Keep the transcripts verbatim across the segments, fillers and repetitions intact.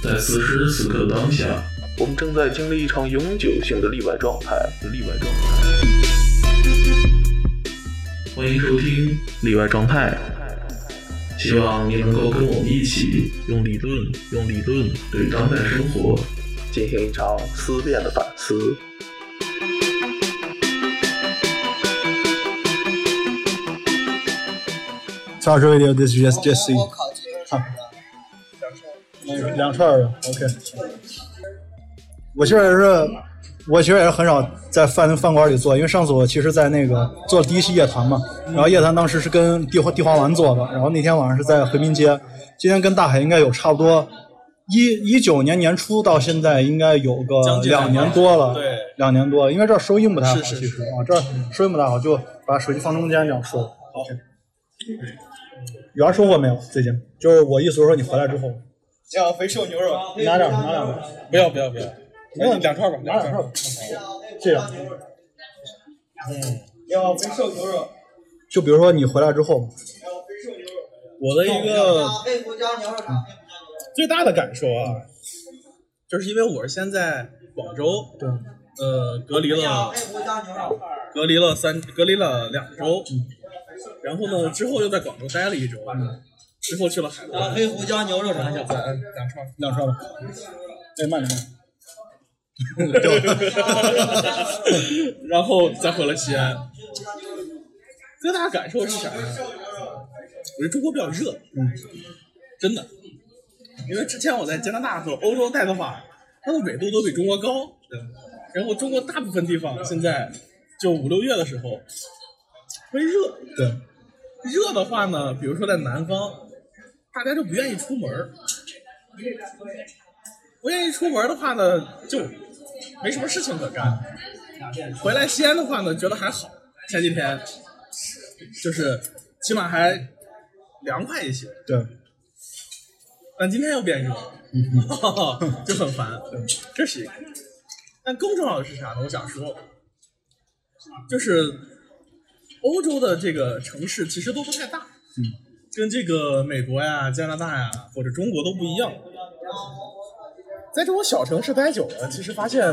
在此时此刻的当下， 我们正在经历一场永久性的例外状态。例外状态。 欢迎收听例外状态。 希望你能够跟我们一起用理论，用理论对当代生活进行一场思辨的反思。 Charge Radio, this is Jesse. 好，两串的 ，OK。我其实也是，我其实也是很少在饭饭馆里做，因为上次我其实在那个做第一期夜谈嘛，然后夜谈当时是跟地地黄丸做的，然后那天晚上是在回民街，今天跟大海应该有差不多一一九年年初到现在应该有个两年多了， 对， 两年多了，因为这儿收音不太好， 是是是其实啊，这儿收音不太好，就把手机放中间这样说。 好。 有啥收获没有？最近就是我意思是说，你回来之后， 要肥瘦牛肉， 拿点拿两个， 不要不要不要， 没有两串吧， 拿两串吧，这样。 嗯，要肥瘦牛肉。 就比如说你回来之后， 我的一个最大的感受啊，就是因为我是先在广州， 对， 呃，隔离了，隔离了三，隔离了两周。然后呢，之后又在广州待了一周，嗯、之后去了海南。 黑胡椒牛肉啥的？嗯，两串， 两串吧。哎，慢点慢。 然后再回了西安。最大的感受是啥呢？我觉得中国比较热， 嗯， 真的。因为之前我在加拿大和欧洲待的话，它的纬度都比中国高，对。然后中国大部分地方现在就五六月的时候。会热， 对， 热的话呢，比如说在南方，大家就不愿意出门，不愿意出门的话呢，就没什么事情可干。回来西安的话呢，觉得还好，前几天就是起码还凉快一些， 对。 但今天又变热， 嗯、 就很烦，这是一个。但更重要的是啥呢？我想说，就是。欧洲的这个城市其实都不太大， 嗯， 跟这个美国呀、加拿大呀或者中国都不一样。在这种小城市待久了，其实发现，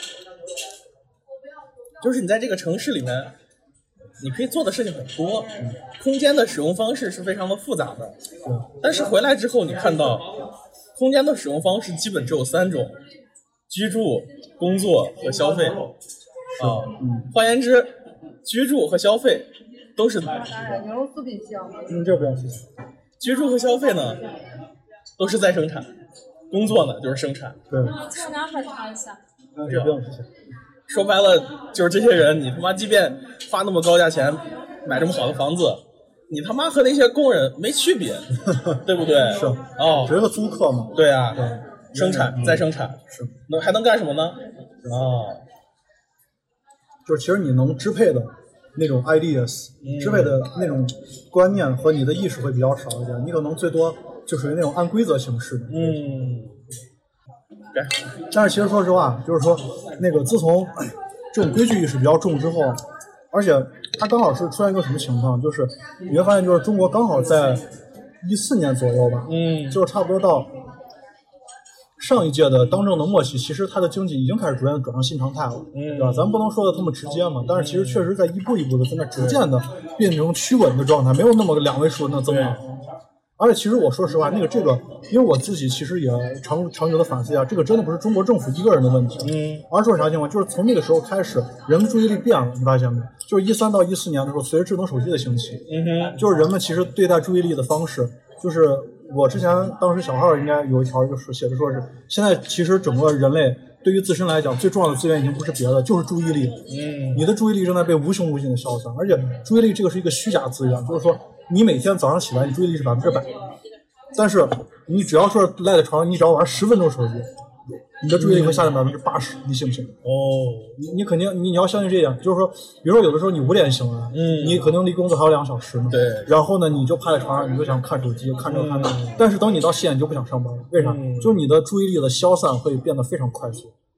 就是你在这个城市里面，你可以做的事情很多，嗯、空间的使用方式是非常的复杂的。 嗯， 但是回来之后，你看到空间的使用方式基本只有三种：居住、工作和消费。啊， 嗯， 换言之。居住和消费都是， 嗯，这不用谢谢。 居住和消费呢，都是在生产，工作呢就是生产。 对。 上拿粉尝一下。 嗯，这不用谢谢。 说白了，就是这些人，你他妈即便花那么高价钱买这么好的房子，你他妈和那些工人没区别，对不对？ 是。 哦。 只是个租客嘛。 对啊。 对。 生产、嗯、再生产。 是。 能还能干什么呢？哦。 就是其实你能支配的那种 ideas，、嗯、支配的那种观念和你的意识会比较少一点，你可能最多就属于那种按规则行事的。 嗯。 但是其实说实话，就是说那个自从这种规矩意识比较重之后，而且它刚好是出现一个什么情况，就是你会发现，就是中国刚好在一四年左右吧， 嗯， 就是差不多到。上一届的当政的末期，其实它的经济已经开始逐渐转向新常态了， 嗯， 对吧？咱们不能说的这么直接嘛，但是其实确实在一步一步的在那逐渐的变成趋稳的状态，没有那么个两位数的那增长。而且其实我说实话，那个这个，因为我自己其实也长长久的反思一下，这个真的不是中国政府一个人的问题， 嗯， 而是啥情况？就是从那个时候开始，人们注意力变了，你发现没？就是一三到一四年的时候，随着智能手机的兴起， 嗯哼， 就是人们其实对待注意力的方式，就是。我之前当时小号应该有一条就是写的说是，现在其实整个人类对于自身来讲最重要的资源已经不是别的，就是注意力。 嗯， 你的注意力正在被无穷无尽的消散，而且注意力这个是一个虚假资源，就是说你每天早上起来你注意力是百分之百，但是你只要说赖在床上，你只要玩十分钟手机，你的注意力会下降百分之八十，你信不信？ 哦， 你你肯定你你要相信这一点，就是说，比如说有的时候你五点醒来， 嗯， 你可能离工作还有两个小时呢， 对， 然后呢，你就趴在床上，你就想看手机，看这个看那个，嗯，但是等你到七点你就不想上班了，为啥？嗯，就是你的注意力的消散会变得非常快速，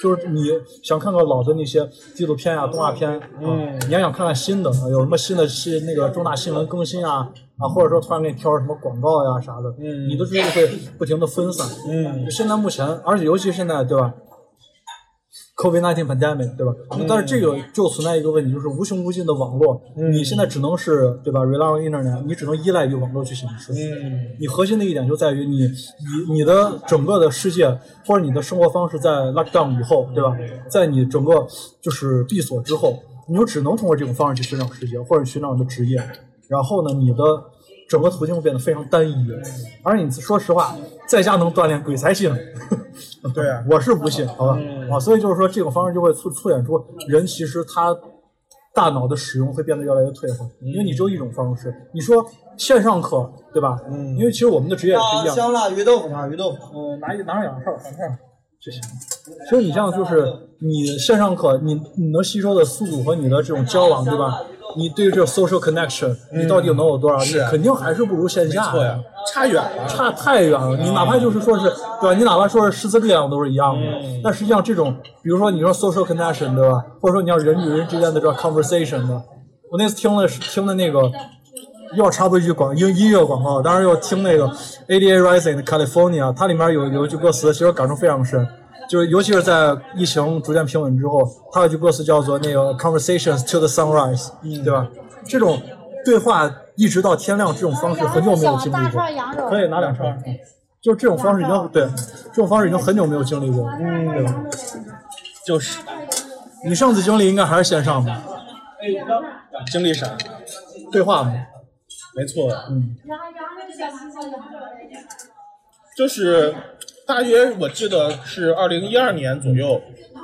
就是你想看看老的那些纪录片啊、动画片，嗯，你还想看看新的，有什么新的新那个重大新闻更新啊啊，或者说突然给你挑什么广告呀啥的，嗯，你的注意力会不停的分散，嗯，现在目前，而且尤其现在对吧 ？COVID 十九 pandemic 对吧？嗯、但是这个就存在一个问题，就是无穷无尽的网络，嗯、你现在只能是对吧 ？rely on internet， 你只能依赖于网络去显示。嗯，你核心的一点就在于你你你的整个的世界或者你的生活方式在 lockdown 以后，对吧？在你整个就是闭锁之后，你就只能通过这种方式去寻找世界或者寻找你的职业，然后呢，你的整个途径会变得非常单一。而你说实话，在家能锻炼鬼才信。 对啊， 我是不信，好吧，嗯、啊，所以就是说这种方式就会促促演出人其实他大脑的使用会变得越来越退化，嗯、因为你只有一种方式。你说线上课，对吧？嗯，因为其实我们的职业也是一样。 香辣鱼豆腐啊，鱼豆腐。 嗯，拿一拿上两片，两片就行。其实你像就是你线上课，你你能吸收的速度和你的这种交往，对吧？你对于这种 social connection，、嗯、你到底能有多少？你肯定还是不如线下。 错呀，差远了， 差太远了。你哪怕就是说是，对吧？你哪怕说是师资力量都是一样的。嗯、但实际上这种，比如说你说 social connection， 对吧？或者说你要人与人之间的这种 conversation 的，我那次听了听的那个，又要插播一句广音音乐广告，当然又听那个 A D A Rising 的 California， 它里面有有一句歌词，其实感触非常深。就是尤其是在疫情逐渐平稳之后，它有一句歌词叫做那个 conversations to the sunrise，、嗯、对吧？这种对话一直到天亮这种方式很久没有经历过。可以拿两串，就是这种方式已经对，这种方式已经很久没有经历过，嗯，对吧？ 就是， 你上次经历应该还是线上吧？ 经历啥？ 对话吗？ 没错， 嗯， 就是。大约我记得是二零一二年左右，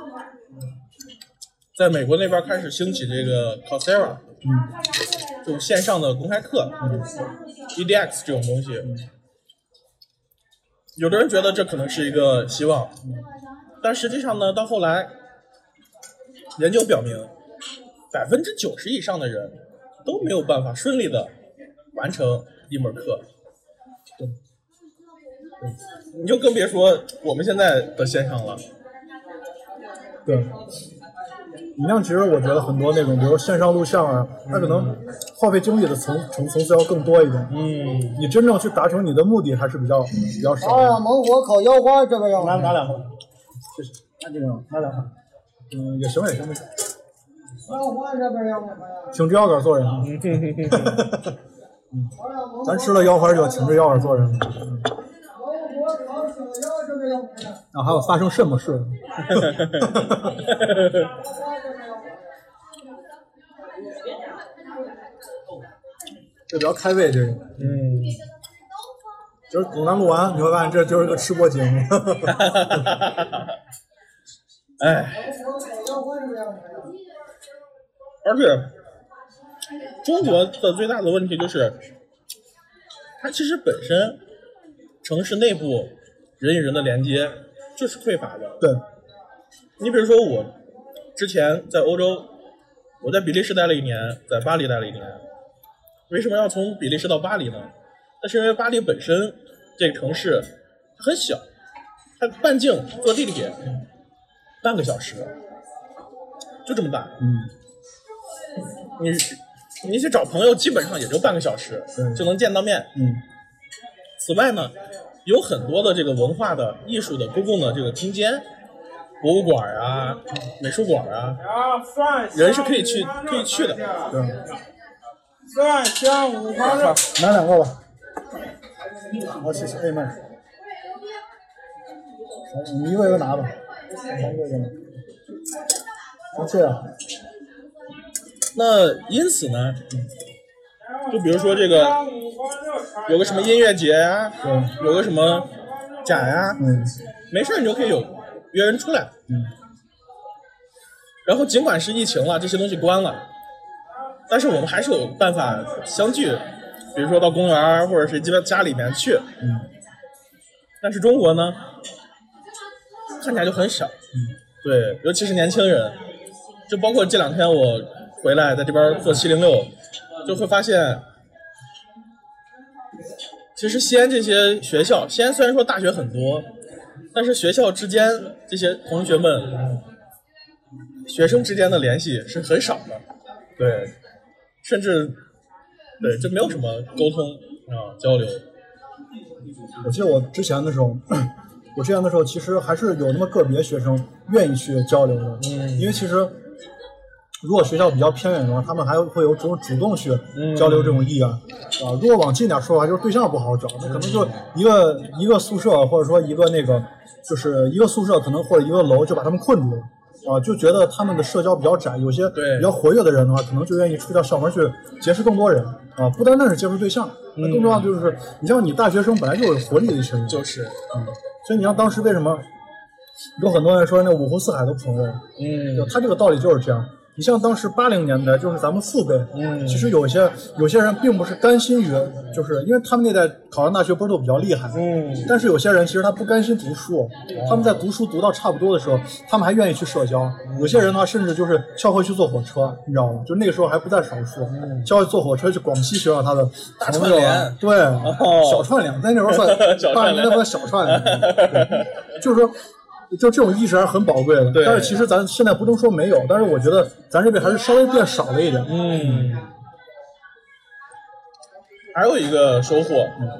在美国那边开始兴起这个 Coursera， 嗯，就线上的公开课，嗯 ，E D X 这种东西，嗯，有的人觉得这可能是一个希望，嗯，但实际上呢，到后来研究表明，百分之九十以上的人都没有办法顺利的完成一门课。 对。 你就更别说我们现在的线上了。 对，你像其实我觉得很多那种，比如线上录像啊，它可能耗费精力的层层层次要更多一点。嗯，你真正去达成你的目的还是比较比较少。 哎呀，猛火烤腰花这边要拿拿两个，谢谢。拿这个，拿两个。嗯，也行也行也行。 腰花这边要吗？ 挺直腰杆做人。嗯，咱吃了腰花就要挺直腰杆做人。嗯啊，还有发生什么事？这比较开胃，这个。嗯。就是等咱录完，你会发现这就是个吃播节目。 哎。而且，中国的最大的问题就是，它其实本身城市内部人与人的连接就是匮乏的。 对， 你比如说我之前在欧洲，我在比利时待了一年，在巴黎待了一年。为什么要从比利时到巴黎呢？那是因为巴黎本身这个城市很小，它半径坐地铁半个小时，就这么大。 嗯， 你你去找朋友基本上也就半个小时、嗯、就能见到面。 嗯， 此外呢，有很多的这个文化的艺术的公共的这个空间，博物馆啊、美术馆啊，人是可以去可以去的。 对， 蒜香五花肉， 拿两个吧。好，谢谢。哎妈，你一个一个拿吧。一个一个拿。生气啊。 那因此呢，就比如说这个有个什么音乐节呀、啊，有个什么展呀、啊， 嗯， 没事你就可以有约人出来， 嗯， 然后尽管是疫情了，这些东西关了，但是我们还是有办法相聚，比如说到公园或者是家家里面去， 嗯，但是中国呢，看起来就很少， 嗯， 对，尤其是年轻人，就包括这两天我回来在这边做七零六，就会发现，其实西安这些学校，西安虽然说大学很多， 但是学校之间这些同学们、学生之间的联系是很少的，对，甚至对就没有什么沟通啊交流。 我记得我之前的时候，我之前的时候其实还是有那么个别学生愿意去交流的，嗯，因为其实如果学校比较偏远的话，他们还会有种主动去交流这种意愿、嗯、啊。如果往近点说的话，就是对象不好找，那可能就一个一个宿舍，或者说一个那个就是一个宿舍，可能或者一个楼就把他们困住了。啊，就觉得他们的社交比较窄，有些比较活跃的人的话，可能就愿意出到校门去结识更多人啊，不单单是接触对象，那、嗯、更重要就是，你像你大学生本来就是活力的一群人， 就是， 嗯，所以你像当时为什么有很多人说那五湖四海都朋友，嗯，就他这个道理就是这样。你像当时八零年代，就是咱们父辈，嗯，其实有一些有些人并不是甘心于，就是因为他们那代考上大学不是都比较厉害，嗯，但是有些人其实他不甘心读书，他们在读书读到差不多的时候，他们还愿意去社交。有些人呢，甚至就是翘课去坐火车，你知道吗？就那个时候还不在少数，翘课坐火车去广西学校他的大串联， 对，哦、小串联，在那时候算八零年代算小串联，就是说。就这种意识还是很宝贵的，但是其实咱现在不能说没有，但是我觉得咱这边还是稍微变少了一点。 嗯，还有一个收获，嗯、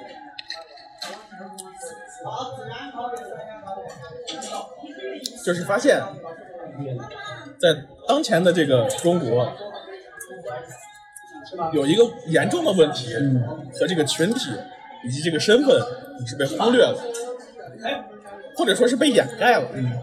就是发现，在当前的这个中国，有一个严重的问题和这个群体以及这个身份是被忽略了。或者说是被掩盖了，嗯，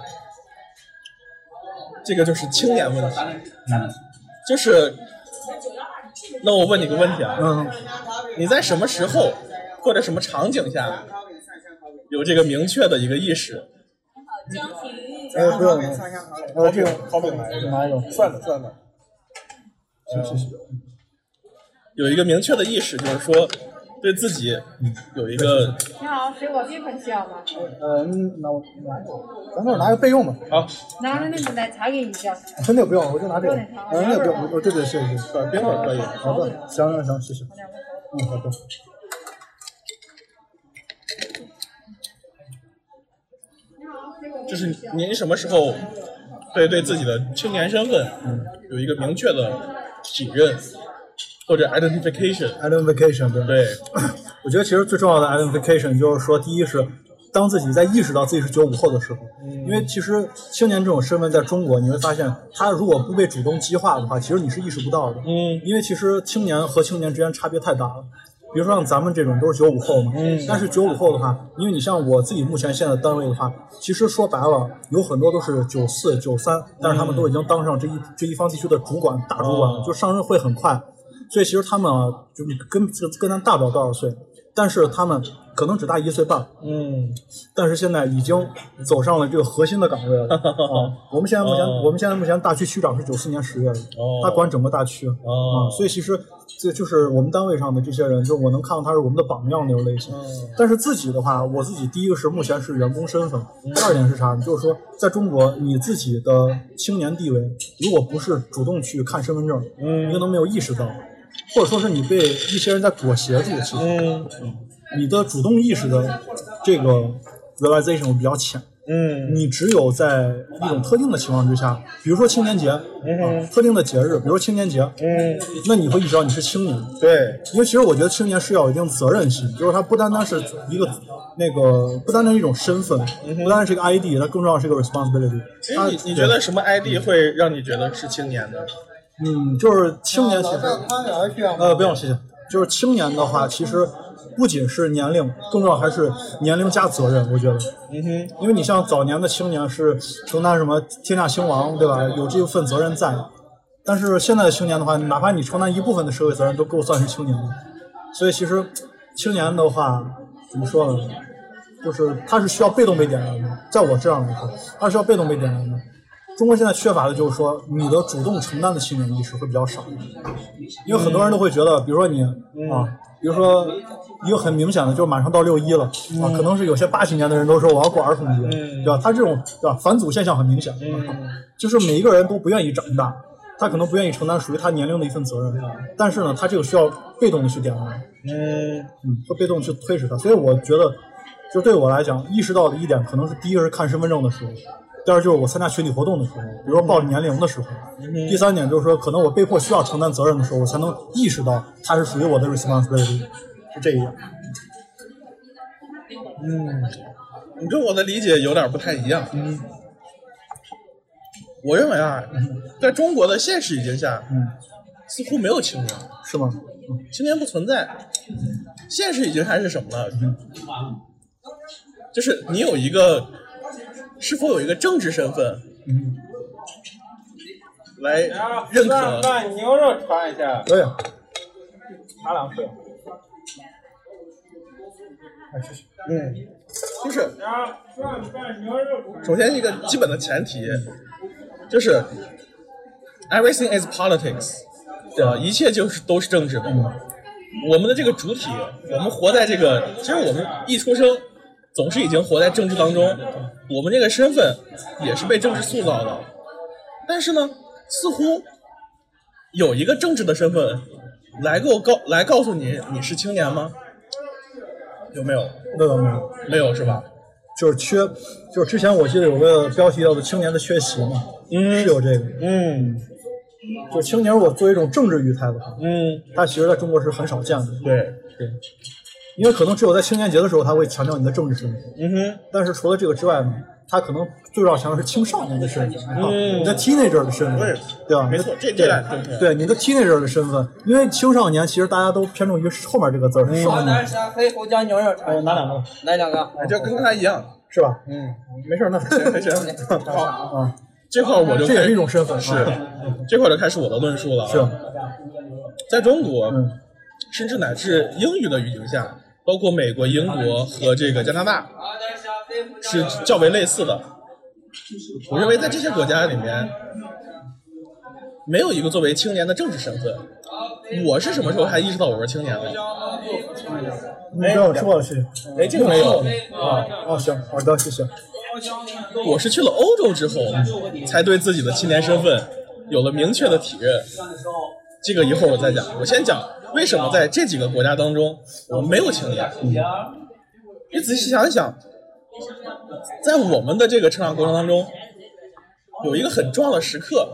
这个就是青年问题，嗯，就是，那我问你个问题啊，嗯，你在什么时候或者什么场景下有这个明确的一个意识？ 哎，不用， 烤饼，烤饼来一个， 拿一个， 算了算了， 行行行， 有一个明确的意识，就是说。对自己有一个。 你好，水果冰粉需要吗？ 呃，那我拿，咱这儿拿个备用吧。 好。 拿着那个奶茶给你加。 那个不用，我就拿这个。嗯，那个不用，我对对，谢谢谢谢。 冰粉可以。 好的，行行行，谢谢。嗯，好的。 这是您什么时候对对自己的青年身份有一个明确的体认？或者 identification，identification， 对， 对， 我觉得其实最重要的 identification 就是说，第一是当自己在意识到自己是九五后的时候，嗯、因为其实青年这种身份在中国，你会发现，他如果不被主动激化的话，其实你是意识不到的，嗯，因为其实青年和青年之间差别太大了。比如说像咱们这种都是九五后嘛，嗯，但是九五后的话，因为你像我自己目前现在的单位的话，其实说白了，有很多都是九四、九三，但是他们都已经当上这一这一方地区的主管、大主管，就上任会很快。所以其实他们啊，就是跟跟咱大不了多少岁，但是他们可能只大一岁半，嗯，但是现在已经走上了这个核心的岗位了啊。我们现在目前、哦、我们现在目前大区区长是九四年十月的，哦、他管整个大区啊、哦，所以其实这就是我们单位上的这些人，就我能看到他是我们的榜样那种类型。哦、但是自己的话，我自己第一个是目前是员工身份，嗯、第二点是啥呢？就是说在中国你自己的青年地位，如果不是主动去看身份证，嗯，你可能没有意识到。或者说是你被一些人在裹挟住，其实、嗯嗯，你的主动意识的这个 realization 比较浅，嗯，你只有在一种特定的情况之下，比如说青年节，嗯、啊，特定的节日，比如说青年节，嗯，那你会意识到你是青年， 对， 因为其实我觉得青年是要有一定责任心，就是它不单单是一个那个，不单单是一种身份，嗯、不单单是一个 I D， 它更重要是一个 responsibility。 其实你你觉得什么 I D 会让你觉得是青年的？ 嗯，就是青年其实，呃，不用谢谢。就是青年的话，其实不仅是年龄，更重要还是年龄加责任。我觉得，嗯哼，因为你像早年的青年是承担什么天下兴亡，对吧？有这份责任在。但是现在的青年的话，哪怕你承担一部分的社会责任，都够算是青年的。所以其实青年的话，怎么说呢？就是他是需要被动被点燃的。在我这样来说，他是需要被动被点燃的。中国现在缺乏的就是说，你的主动承担的青年意识会比较少，因为很多人都会觉得，比如说你、嗯、啊，比如说一个很明显的，就是马上到六一了、嗯、啊，可能是有些八几年的人都说我要过儿童节，嗯、对吧？他这种对吧，返祖现象很明显、嗯啊，就是每一个人都不愿意长大，他可能不愿意承担属于他年龄的一份责任，但是呢，他这个需要被动的去点燃，嗯嗯，会被动去推使他，所以我觉得。 就对我来讲，意识到的一点，可能是第一个是看身份证的时候，第二就是我参加群体活动的时候，比如说报年龄的时候， 嗯、 第三点就是说，可能我被迫需要承担责任的时候，我才能意识到它是属于我的 responsibility， 是这一样。 嗯，你跟我的理解有点不太一样。 嗯， 我认为啊，在中国的现实语境下， 嗯， 似乎没有青年， 是吗？ 青年不存在。现实语境下是什么呢？ 嗯， 就是你有一个，是否有一个政治身份， 嗯， 来认可。 把牛肉传一下。 对。 拿两份。 哎，谢谢。 嗯，就是首先一个基本的前提就是 everything is politics， 呃，一切就是都是政治的。我们的这个主体，我们活在这个，其实我们一出生总是已经活在政治当中，我们这个身份也是被政治塑造的。但是呢，似乎有一个政治的身份来给我告来告诉你你是青年吗？有没有？ 那倒没有， 没有是吧？ 就是缺，就是之前我记得有个标题叫做“青年的缺席”嘛， 嗯， 是有这个， 嗯， 就青年如果作为一种政治语态的话， 嗯， 它其实在中国是很少见的， 对对，因为可能只有在青年节的时候，他会强调你的政治身份， 嗯哼， 但是除了这个之外呢，他可能最重要强调是青少年的身份，嗯，你的 teenager 的身份， 对， 对吧？ 没错，这这俩正确， 对你的 teenager 的身份，因为青少年其实大家都偏重于后面这个字儿，是少年。 可以胡椒牛肉传。 拿两个， 来两个， 就跟他一样， 是吧？ 嗯， 没事，那行行，好啊， 这块我就这也是一种身份， 是，这块就开始我的论述了。 是， 在中国， 嗯， 甚至乃至英语的语境下，包括美国、英国和这个加拿大，是较为类似的。我认为在这些国家里面，没有一个作为青年的政治身份。我是什么时候才意识到我是青年的？ 你不要说了，谢谢。 哎，这个没有啊啊，行，好的，谢谢。 我是去了欧洲之后，才对自己的青年身份有了明确的体认。这个一会儿我再讲。我先讲为什么在这几个国家当中我没有青年。你仔细想一想，在我们的这个成长过程当中，有一个很重要的时刻，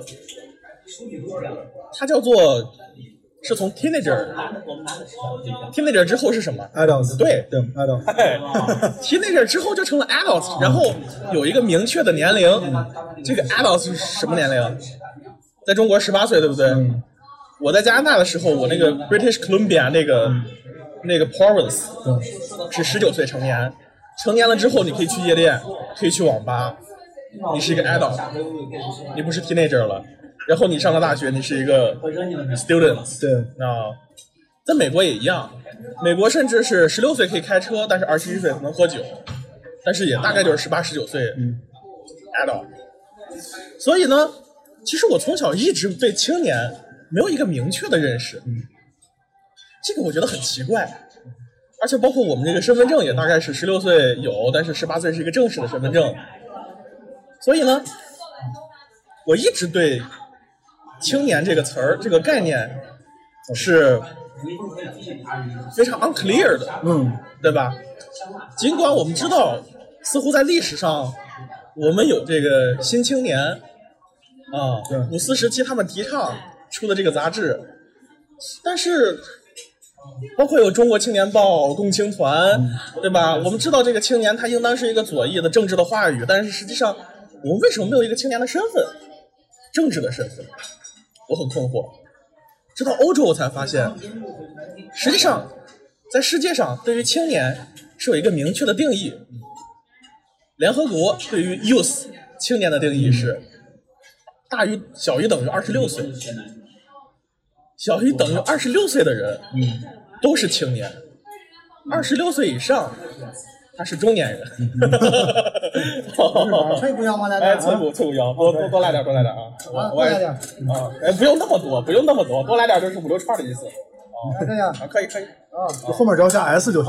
它叫做是从 teenager teenager 之后是什么 adults， 对对 adults， teenager 之后就成了 adults， 然后有一个明确的年龄，这个 adults 是什么年龄？在中国十八岁，对不对？ 嗯， 我在加拿大的时候，我那个 British Columbia 那个、嗯、那个 province 是十九岁成年，成年了之后你可以去夜店，可以去网吧，你是一个 adult， 你不是 teenager 了。然后你上了大学，你是一个 student。 对， 啊，在美国也一样，美国甚至是十六岁可以开车，但是二十一岁不能喝酒，但是也大概就是十八、十九岁 adult。所以呢，其实我从小一直对青年没有一个明确的认识，这个我觉得很奇怪。而且包括我们这个身份证也大概是十六岁有，但是十八岁是一个正式的身份证。所以呢，我一直对青年这个词儿这个概念是非常 unclear 的， 嗯， 对吧？尽管我们知道，似乎在历史上我们有这个新青年啊，五四时期他们提倡出的这个杂志，但是包括有中国青年报、共青团，对吧？我们知道这个青年他应当是一个左翼的政治的话语，但是实际上我们为什么没有一个青年的身份，政治的身份？我很困惑。直到欧洲我才发现，实际上在世界上对于青年是有一个明确的定义。联合国对于 youth 青年的定义是大于小于等于二十六岁，小于等于二十六岁的人都是青年，二十六岁以上他是中年人。 脆骨腰吗？来哎，脆骨脆骨腰，多多多来点，多来点啊！我我也啊，哎，不用那么多，不用那么多，多来点就是五六串的意思。 这样啊，可以可以啊，后面只要加 s 就行，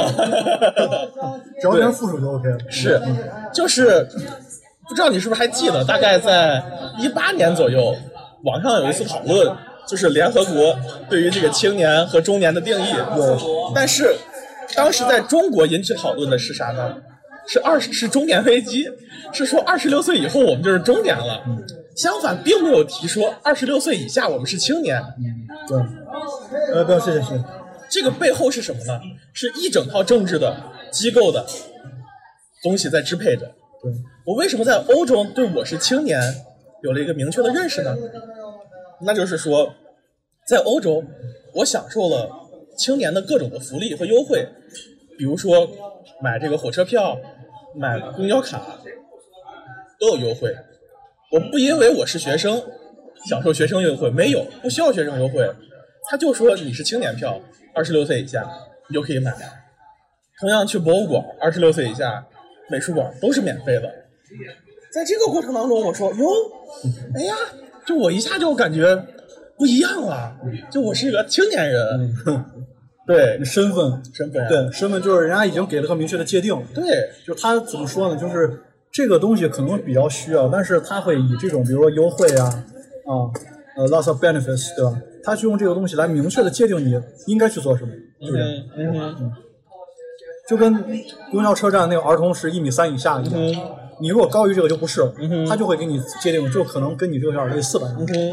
只要加复数就 OK 了。 是，就是不知道你是不是还记得，大概在一八年左右，网上有一次讨论，就是联合国对于这个青年和中年的定义。有，但是当时在中国引起讨论的是啥呢？是二十是中年危机，是说二十六岁以后我们就是中年了。嗯、相反，并没有提说二十六岁以下我们是青年。 嗯，对。呃，不，谢谢谢谢。 这个背后是什么呢？是一整套政治的机构的东西在支配着。 对， 我为什么在欧洲对我是青年有了一个明确的认识呢？那就是说，在欧洲，我享受了青年的各种的福利和优惠，比如说买这个火车票、买公交卡都有优惠。我不因为我是学生享受学生优惠，没有，不需要学生优惠。他就说你是青年票，二十六岁以下你就可以买。同样去博物馆，二十六岁以下美术馆都是免费的。在这个过程当中，我说哟，哎呀，就我一下就感觉不一样了，就我是一个青年人。嗯、对， 身份身份、啊、 对身份就是人家已经给了个明确的界定。 对， 就他怎么说呢？就是这个东西可能比较需要，但是他会以这种比如说优惠啊啊呃 lots of benefits 对吧？他去用这个东西来明确的界定你应该去做什么，是不是？ 嗯嗯嗯。 就跟公交车站那个儿童是一米三以下一样，嗯、你如果高于这个就不是，嗯、他就会给你界定，就可能跟你这个有点类似吧。嗯对。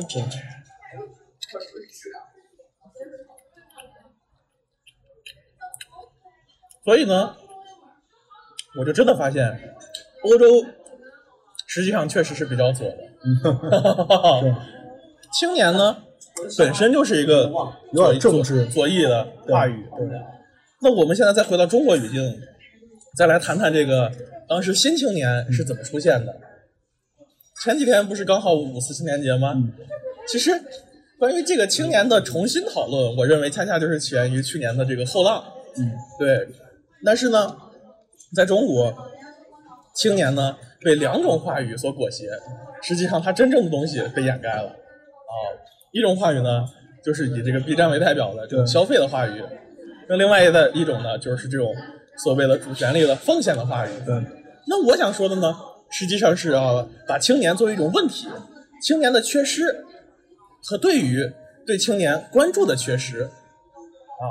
所以呢，我就真的发现，欧洲实际上确实是比较左的。嗯、青年呢，本身就是一个有点政治左翼的话语。对对，那我们现在再回到中国语境，再来谈谈这个当时新青年是怎么出现的。前几天不是刚好五四青年节吗？嗯、其实关于这个青年的重新讨论，我认为恰恰就是起源于去年的这个后浪。 嗯， 对。但是呢，在中国，青年呢被两种话语所裹挟，实际上它真正的东西被掩盖了。啊，一种话语呢，就是以这个 B 站为代表的这种消费的话语，那另外的一种呢，就是这种所谓的主旋律的奉献的话语。 对。 那我想说的呢，实际上是啊，把青年作为一种问题，青年的缺失和对于对青年关注的缺失。啊，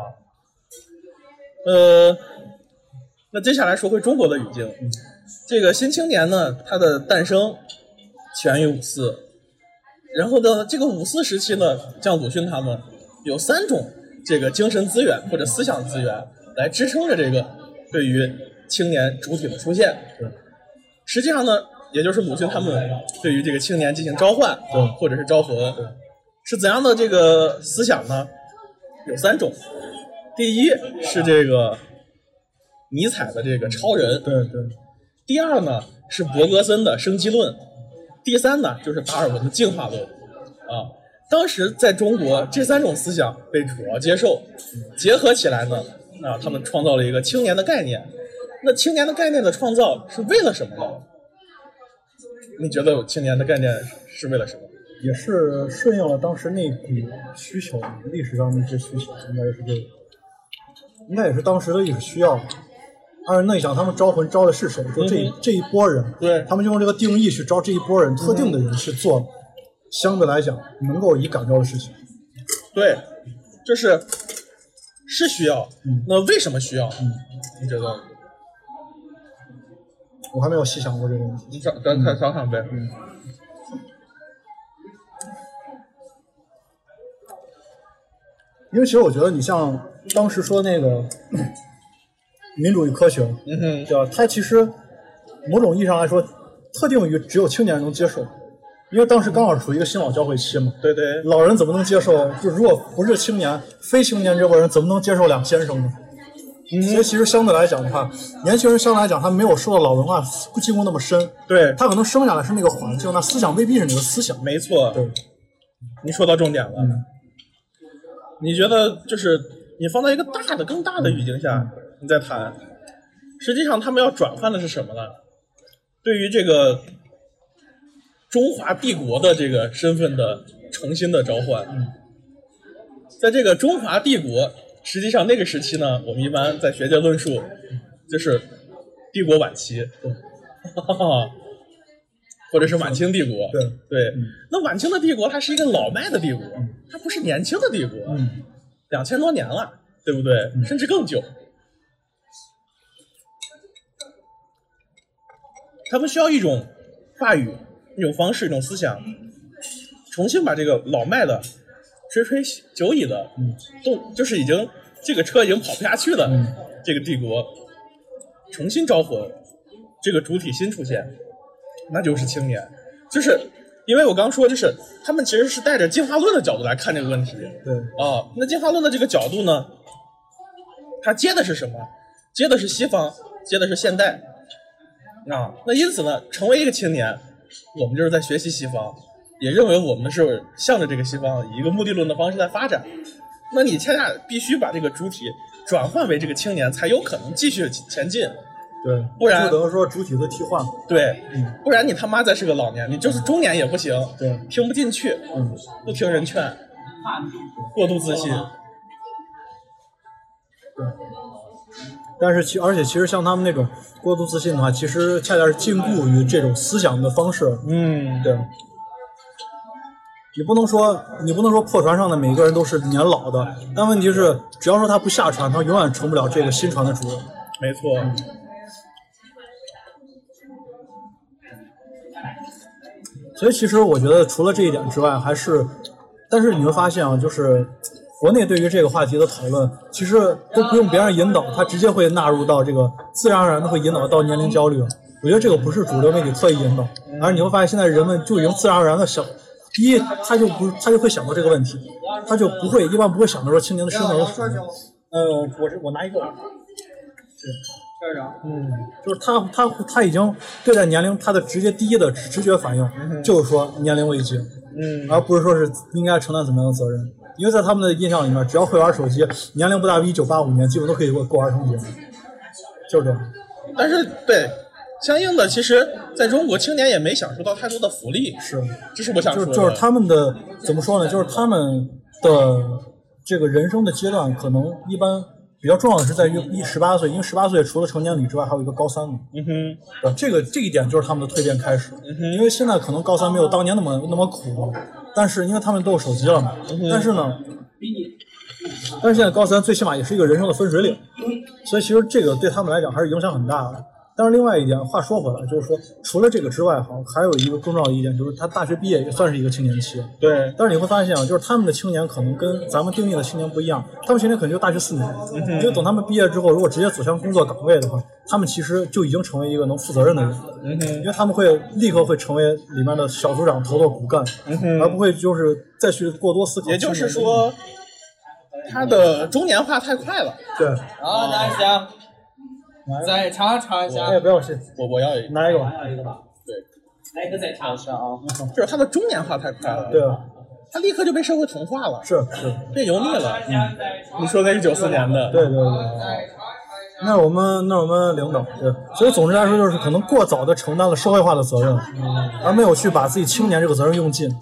呃。那接下来说回中国的语境，这个新青年呢，它的诞生起源于五四，然后呢，这个五四时期呢，像鲁迅他们有三种这个精神资源或者思想资源来支撑着这个对于青年主体的出现。实际上呢，也就是鲁迅他们对于这个青年进行召唤，或者是召回，是怎样的这个思想呢？有三种，第一是这个尼采的这个超人， 对对。 第二呢是伯格森的生机论，第三呢就是达尔文的进化论。啊，当时在中国这三种思想被主要接受，结合起来呢，啊，他们创造了一个青年的概念。那青年的概念的创造是为了什么呢？你觉得青年的概念是为了什么？ 也是顺应了当时那股需求，历史上的一些需求，应该是这个，应该也是当时的历史需要。而那你想，他们招魂招的是谁？说这、嗯、这一波人， 对， 他们就用这个定义去招这一波人，特定的人去做，相对来讲能够以感召的事情。 对，就是是需要， 嗯、 那为什么需要？ 嗯， 你觉得？ 我还没有细想过这个问题。 你找咱咱想想呗。 嗯。因为其实我觉得，你像当时说那个。民主与科学， 嗯哼， 对吧？它其实某种意义上来说，特定于只有青年人能接受，因为当时刚好处于一个新老交汇期嘛。 对对。 老人怎么能接受？就如果不是青年，非青年这波人怎么能接受两先生呢？嗯、所以其实相对来讲的话，年轻人相对来讲他没有受到老文化禁锢那么深。 对。 他可能生下来是那个环境，那思想未必是那个思想。 没错。 对。 你说到重点了。 嗯。 你觉得就是你放在一个大的、更大的语境下。嗯你再谈，实际上他们要转换的是什么呢？对于这个中华帝国的这个身份的重新的召唤，在这个中华帝国，实际上那个时期呢，我们一般在学界论述，就是帝国晚期，或者是晚清帝国。 对对、嗯，那晚清的帝国它是一个老迈的帝国，它不是年轻的帝国， 嗯， 两千多年了，对不对？ 嗯、 甚至更久。 他们需要一种话语、一种方式、一种思想，重新把这个老迈的、垂垂久矣的，动就是已经这个车已经跑不下去的、嗯、这个帝国，重新招魂，这个主体新出现，那就是青年。就是因为我刚说，就是他们其实是带着进化论的角度来看这个问题。 对啊，那进化论的这个角度呢，它接的是什么？接的是西方，接的是现代。啊，那因此呢，成为一个青年，我们就是在学习西方，也认为我们是向着这个西方以一个目的论的方式在发展。那你恰恰必须把这个主体转换为这个青年，才有可能继续前进。 对， 不然就等于说主体的替换。 对，嗯，不然你他妈再是个老年，你就是中年也不行。 对， 听不进去， 嗯， 不听人劝，过度自信。 对。但是其而且其实像他们那种过度自信的话，其实恰恰是禁锢于这种思想的方式。 嗯， 对。你不能说你不能说破船上的每个人都是年老的，但问题是，只要说他不下船，他永远成不了这个新船的主人。 没错。嗯， 所以其实我觉得除了这一点之外，还是，但是你会发现啊，就是国内对于这个话题的讨论，其实都不用别人引导，它直接会纳入到这个自然而然的会引导到年龄焦虑。我觉得这个不是主流媒体特意引导，而你会发现现在人们就已经自然而然的想，第一他就不他就会想到这个问题，他就不会一般不会想到说青年的身份有什么。呃，我是我拿一个。嗯，就是他他他已经对待年龄，他的直接第一的直觉反应、嗯、就是说年龄危机， 嗯， 而不是说是应该承担怎么样的责任。因为在他们的印象里面，只要会玩手机，年龄不大于一九八五年，基本都可以过过儿童节，就是这样。 但是对，相应的，其实在中国青年也没享受到太多的福利， 是， 这是我想说的。 就是就是他们的怎么说呢？就是他们的这个人生的阶段，可能一般。比较重要的是在于一十八岁，因为十八岁除了成年礼之外，还有一个高三嘛。 嗯哼， 对，这个这一点就是他们的蜕变开始。 嗯哼， 因为现在可能高三没有当年那么那么苦，但是因为他们都有手机了嘛。 嗯、 但是呢，但是现在高三最起码也是一个人生的分水岭，所以其实这个对他们来讲还是影响很大的。但是另外一点，话说回来，就是说除了这个之外，哈，还有一个更重要的一点，就是他大学毕业也算是一个青年期。 对。 但是你会发现啊，就是他们的青年可能跟咱们定义的青年不一样，他们青年可能就大学四年， 嗯、 因为等他们毕业之后，如果直接走向工作岗位的话，他们其实就已经成为一个能负责任的人， 嗯、 因为他们会立刻会成为里面的小组长、头头骨干， 嗯、 而不会就是再去过多思考。 也就是说，他的中年化太快了。 对。 好，拿一下。再尝尝一下。 哎，不要信， 我我要拿一个吧。 对， 来一个再尝一下啊。 就是他的中年化太快了。 对啊。 他立刻就被社会同化了。 是是。 变油腻了。嗯。你说那是九四年的。 对对对。那我们那我们领导对，所以总之来说，就是可能过早的承担了社会化的责任，嗯、而没有去把自己青年这个责任用尽。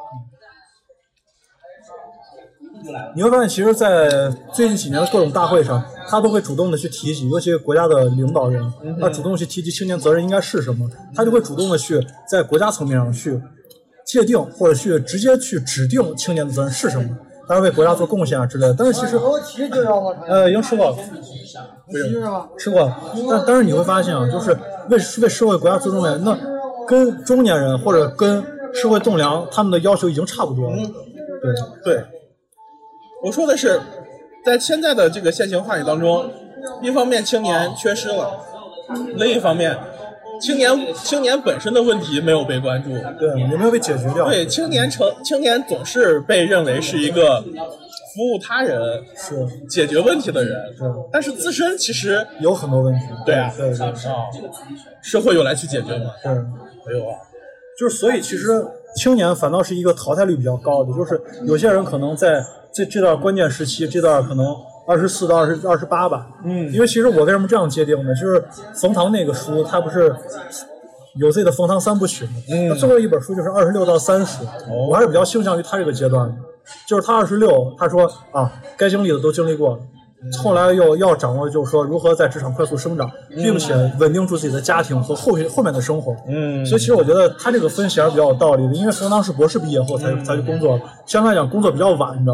你会发现，其实，在最近几年的各种大会上，他都会主动的去提及，尤其是国家的领导人，他主动去提及青年责任应该是什么，他就会主动的去在国家层面上去界定，或者去直接去指定青年的责任是什么，他是为国家做贡献啊之类的。但是其实，呃，已经吃过了，不用吃过了。但但是你会发现啊，就是为为社会国家做贡献，那跟中年人或者跟社会栋梁他们的要求已经差不多了。对对。我说的是，在现在的这个现行话语当中，一方面青年缺失了，另一方面，青年青年本身的问题没有被关注， 对，也没有被解决掉。 对，青年成青年总是被认为是一个服务他人、 是解决问题的人， 是， 但是自身其实有很多问题。 对啊， 对对啊，社会有来去解决吗？ 对， 没有啊。 就是所以其实青年反倒是一个淘汰率比较高的，就是有些人可能在这这段关键时期，这段可能二十四到二十二十八吧。 嗯， 因为其实我为什么这样界定呢？就是冯唐那个书，他不是有自己的冯唐三部曲吗？ 嗯， 他最后一本书就是二十六到三十，我还是比较倾向于他这个阶段的。就是他二十六，他说啊，该经历的都经历过了。后来又要掌握，就是说如何在职场快速生长，并且稳定住自己的家庭和后后面的生活。 嗯， 所以其实我觉得他这个分析还是比较有道理的，因为冯唐是博士毕业后才、嗯、才去工作，相对来讲工作比较晚，你知道吗？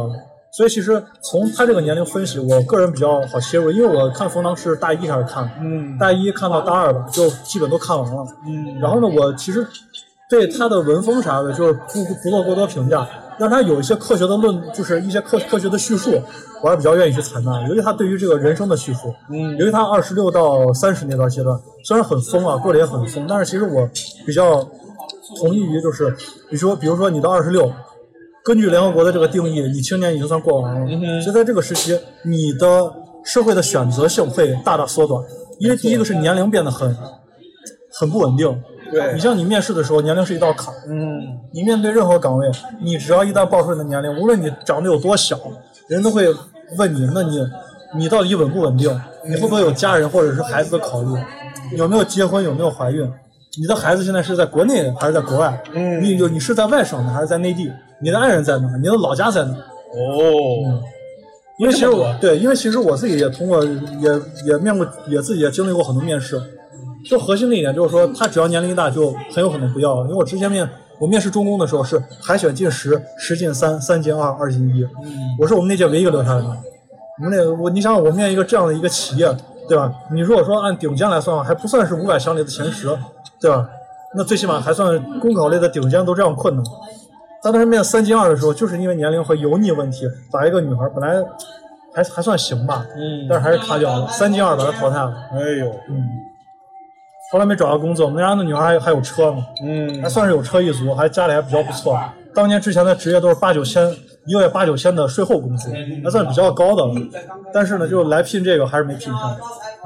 所以其实从他这个年龄分析，我个人比较好切入，因为我看冯唐是大一开始看， 嗯， 大一看到大二吧，就基本都看完了。 嗯， 然后呢，我其实对他的文风啥的，就是不不做过多评价，但他有一些科学的论，就是一些科科学的叙述，我还是比较愿意去采纳。尤其他对于这个人生的叙述， 嗯， 由于他二十六到三十那段阶段，虽然很疯啊，过得也很疯，但是其实我比较同意于就是，比如说比如说你到二十六。根据联合国的这个定义，你青年已经算过完了，嗯、所以在这个时期，你的社会的选择性会大大缩短。因为第一个是年龄变得很很不稳定， 对， 你像你面试的时候，年龄是一道坎， 嗯， 你面对任何岗位，你只要一旦报出你的年龄，无论你长得有多小，人都会问你，那你你到底稳不稳定？你会不会有家人或者是孩子的考虑？有没有结婚？有没有怀孕？你的孩子现在是在国内还是在国外？嗯，你有你是在外省呢还是在内地？你的爱人在哪？你的老家在哪？ 哦， 嗯，因为其实我对，因为其实我自己也通过也也面过，也自己也经历过很多面试。就核心的一点就是说，他只要年龄一大，就很有可能不要。因为我之前面我面试中公的时候是海选进十，十进三，三进二，二进一。嗯，我是我们那届唯一一个留下来的。我们那我你想想，我面一个这样的一个企业，对吧？你如果说按顶尖来算的话，还不算是五百强里的前十，对吧？那最起码还算公考类的顶尖都这样困难。他当时面三进二的时候，就是因为年龄和油腻问题，把一个女孩本来还还算行吧，嗯，但是还是卡掉了，三进二把她淘汰了。 哎呦， 嗯，后来没找到工作，我们家那女孩还还有车呢，嗯，还算是有车一族，还家里还比较不错。当年之前的职业都是八九千，一个月八九千的税后工资，还算比较高的了。但是呢，就来聘这个还是没聘上，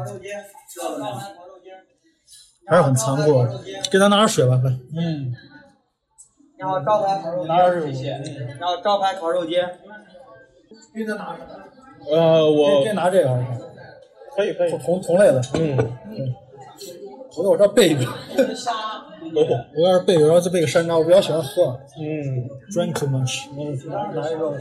还是很残酷的。给咱拿点水吧，快。 嗯。然后招牌烤肉街，谢谢。然后招牌烤肉街。给他拿。 呃，我可以拿这个。 可以可以。 同同类的。嗯。嗯。我在我这儿备一个。我要是备一个，然后再备个山楂，我比较喜欢喝。 嗯。 Drink too much。嗯。拿一个。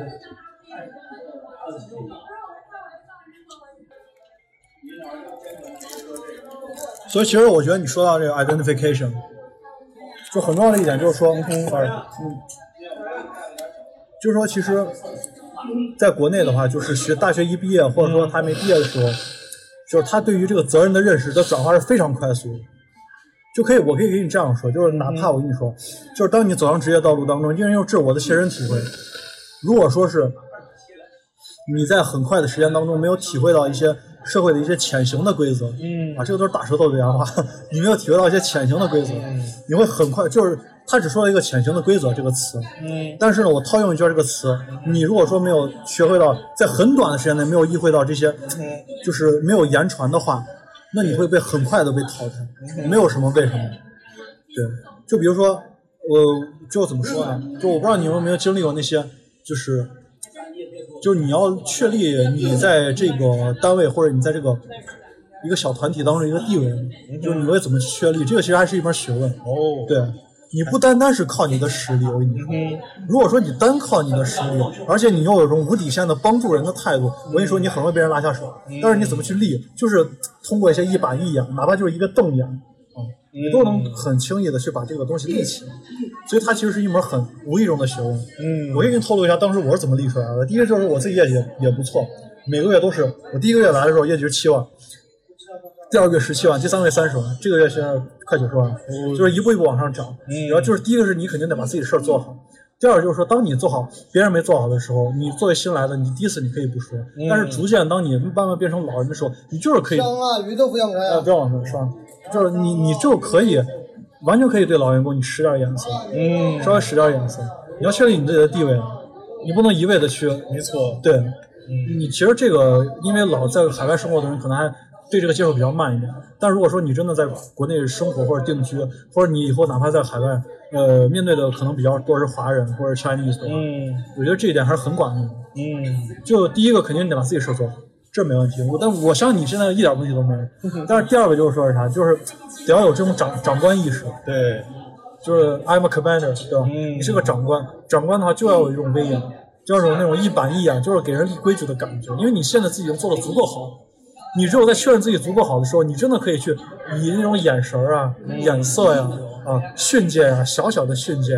所以其实我觉得你说到这个 identification， 就很重要的一点就是说，嗯，嗯，就是说其实在国内的话，就是学大学一毕业或者说他还没毕业的时候，就是他对于这个责任的认识的转化是非常快速的。就可以，我可以给你这样说，就是哪怕我跟你说，就是当你走上职业道路当中，因为这是我的切身体会，如果说是你在很快的时间当中没有体会到一些社会的一些浅行的规则，嗯，啊，这个都是大舌头的原话，你没有体会到一些浅行的规则，嗯，你会很快，就是他只说了一个浅行的规则这个词，嗯，但是呢，我套用一句这个词，你如果说没有学会到，在很短的时间内没有意会到这些，嗯，就是没有言传的话，那你会被很快的被淘汰，嗯，没有什么为什么，对，就比如说，我就怎么说呢？就我不知道你有没有经历过那些，就是。就是你要确立你在这个单位或者你在这个一个小团体当中一个地位，就是你会怎么去确立？这个其实还是一门学问。哦，对，你不单单是靠你的实力，我跟你说，如果说你单靠你的实力，而且你又有一种无底线的帮助人的态度，我跟你说，你很容易被人拉下手。但是你怎么去立？就是通过一些一板一眼，哪怕就是一个瞪眼。你都能很轻易的去把这个东西立起来，所以它其实是一门很无意中的学问。嗯，我可以给你透露一下，当时我是怎么立出来的。第一个就是我自己业绩也也不错，每个月都是我第一个月来的时候业绩是七万，第二个月十七万，第三个月三十万，这个月现在快九十万了，嗯，就是一步一步往上涨。嗯，然后就是第一个是你肯定得把自己的事儿做好。第二就是说，当你做好，别人没做好的时候，你作为新来的，你第一次你可以不说，嗯，但是逐渐当你慢慢变成老人的时候，你就是可以。香啊，鱼都不想开啊！不要往这上，就是你你就可以完全可以对老员工你使点眼色，嗯，稍微使点眼色。你要确立你自己的地位，你不能一味的去。 没错。 对，嗯，你其实这个因为老在海外生活的人可能还对这个接受比较慢一点，但如果说你真的在国内生活或者定居，或者你以后哪怕在海外。呃，面对的可能比较多是华人或者 Chinese 的，嗯，我觉得这一点还是很管用的，嗯，就第一个肯定你得把自己事做好，这没问题，我但我相信你现在一点问题都没有，但是第二个就是说是啥，就是得要有这种长长官意识， 对， 就是 I'm a commander， 对吧？嗯，你是个长官，长官的话就要有一种威严，就要有那种一板一眼，就是给人立规矩的感觉，因为你现在自己已经做得足够好，你只有在确认自己足够好的时候，你真的可以去以那种眼神啊、嗯、眼色呀。啊，训诫呀、啊，小小的训诫，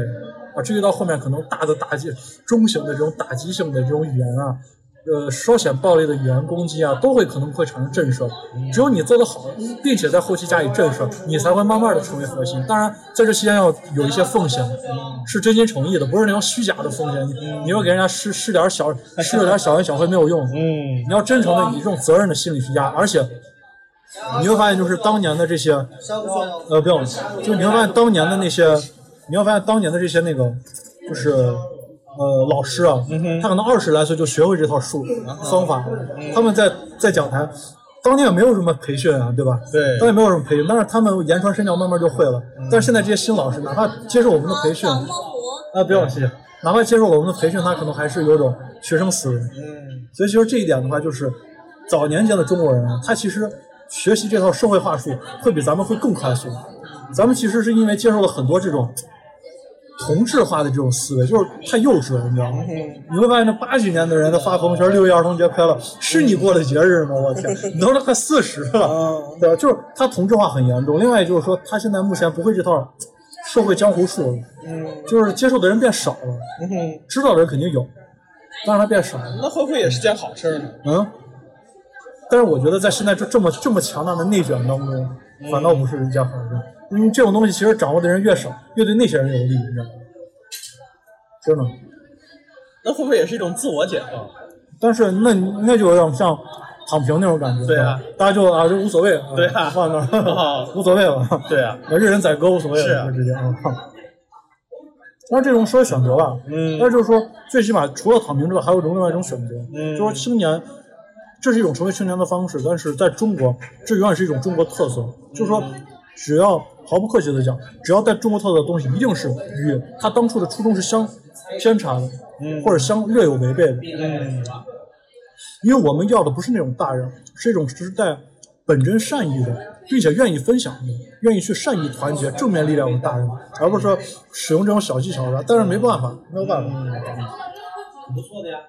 啊，至于到后面可能大的打击、中型的这种打击性的这种语言啊，呃，稍显暴力的语言攻击啊，都会可能会产生震慑。只有你做得好，并且在后期加以震慑，你才会慢慢的成为核心。当然，在这期间要有一些奉献，是真心诚意的，不是那种虚假的奉献。你你要给人家施施点小施了点小恩小惠没有用，嗯，你要真诚的以这种责任的心理去压，而且你会发现，就是当年的这些，呃，不用，就你会发现当年的那些，你会发现当年的这些那个，就是呃老师啊，他可能二十来岁就学会这套术方法，他们在在讲台，当年也没有什么培训啊，对吧？ 对， 当年没有什么培训，但是他们言传身教，慢慢就会了。但是现在这些新老师，哪怕接受我们的培训，啊，不用谢谢，哪怕接受我们的培训，他可能还是有种学生思维。嗯，所以其实这一点的话，就是早年间的中国人啊，他其实学习这套社会话术会比咱们会更快速。咱们其实是因为接受了很多这种同质化的这种思维，就是太幼稚了，你知道吗？你会发现，那八几年的人他发朋友圈六一儿童节快乐，是你过的节日吗？我天，你都快四十了，对吧？就是他同质化很严重。另外就是说，他现在目前不会这套社会江湖术了，就是接受的人变少了，知道的人肯定有，但是他变少了。 那会不会也是件好事呢？ 嗯。但是我觉得在现在这这么这么强大的内卷当中，反倒不是一件好事。因为这种东西其实掌握的人越少，越对那些人有利，你知道吗？真的。 那会不会也是一种自我解放？ 但是那那就有点像躺平那种感觉。 对啊， 大家就啊就无所谓， 对啊， 放那儿无所谓了。 对啊， 任人宰割无所谓了， 是啊， 直接啊。但是这种说选择吧，嗯，但是就是说，最起码除了躺平之外，还有一种另外一种选择，嗯，就是说青年。这是一种成为青年的方式，但是在中国，这永远是一种中国特色。就是说，只要毫不客气的讲，只要在中国特色的东西，一定是与他当初的初衷是相偏差的，嗯、或者相略有违背的。嗯，因为我们要的不是那种大人，是一种实在本真善意的，并且愿意分享的，愿意去善意团结正面力量的大人，而不是说使用这种小技巧的。但是没办法，没有办法。嗯， 不错的呀。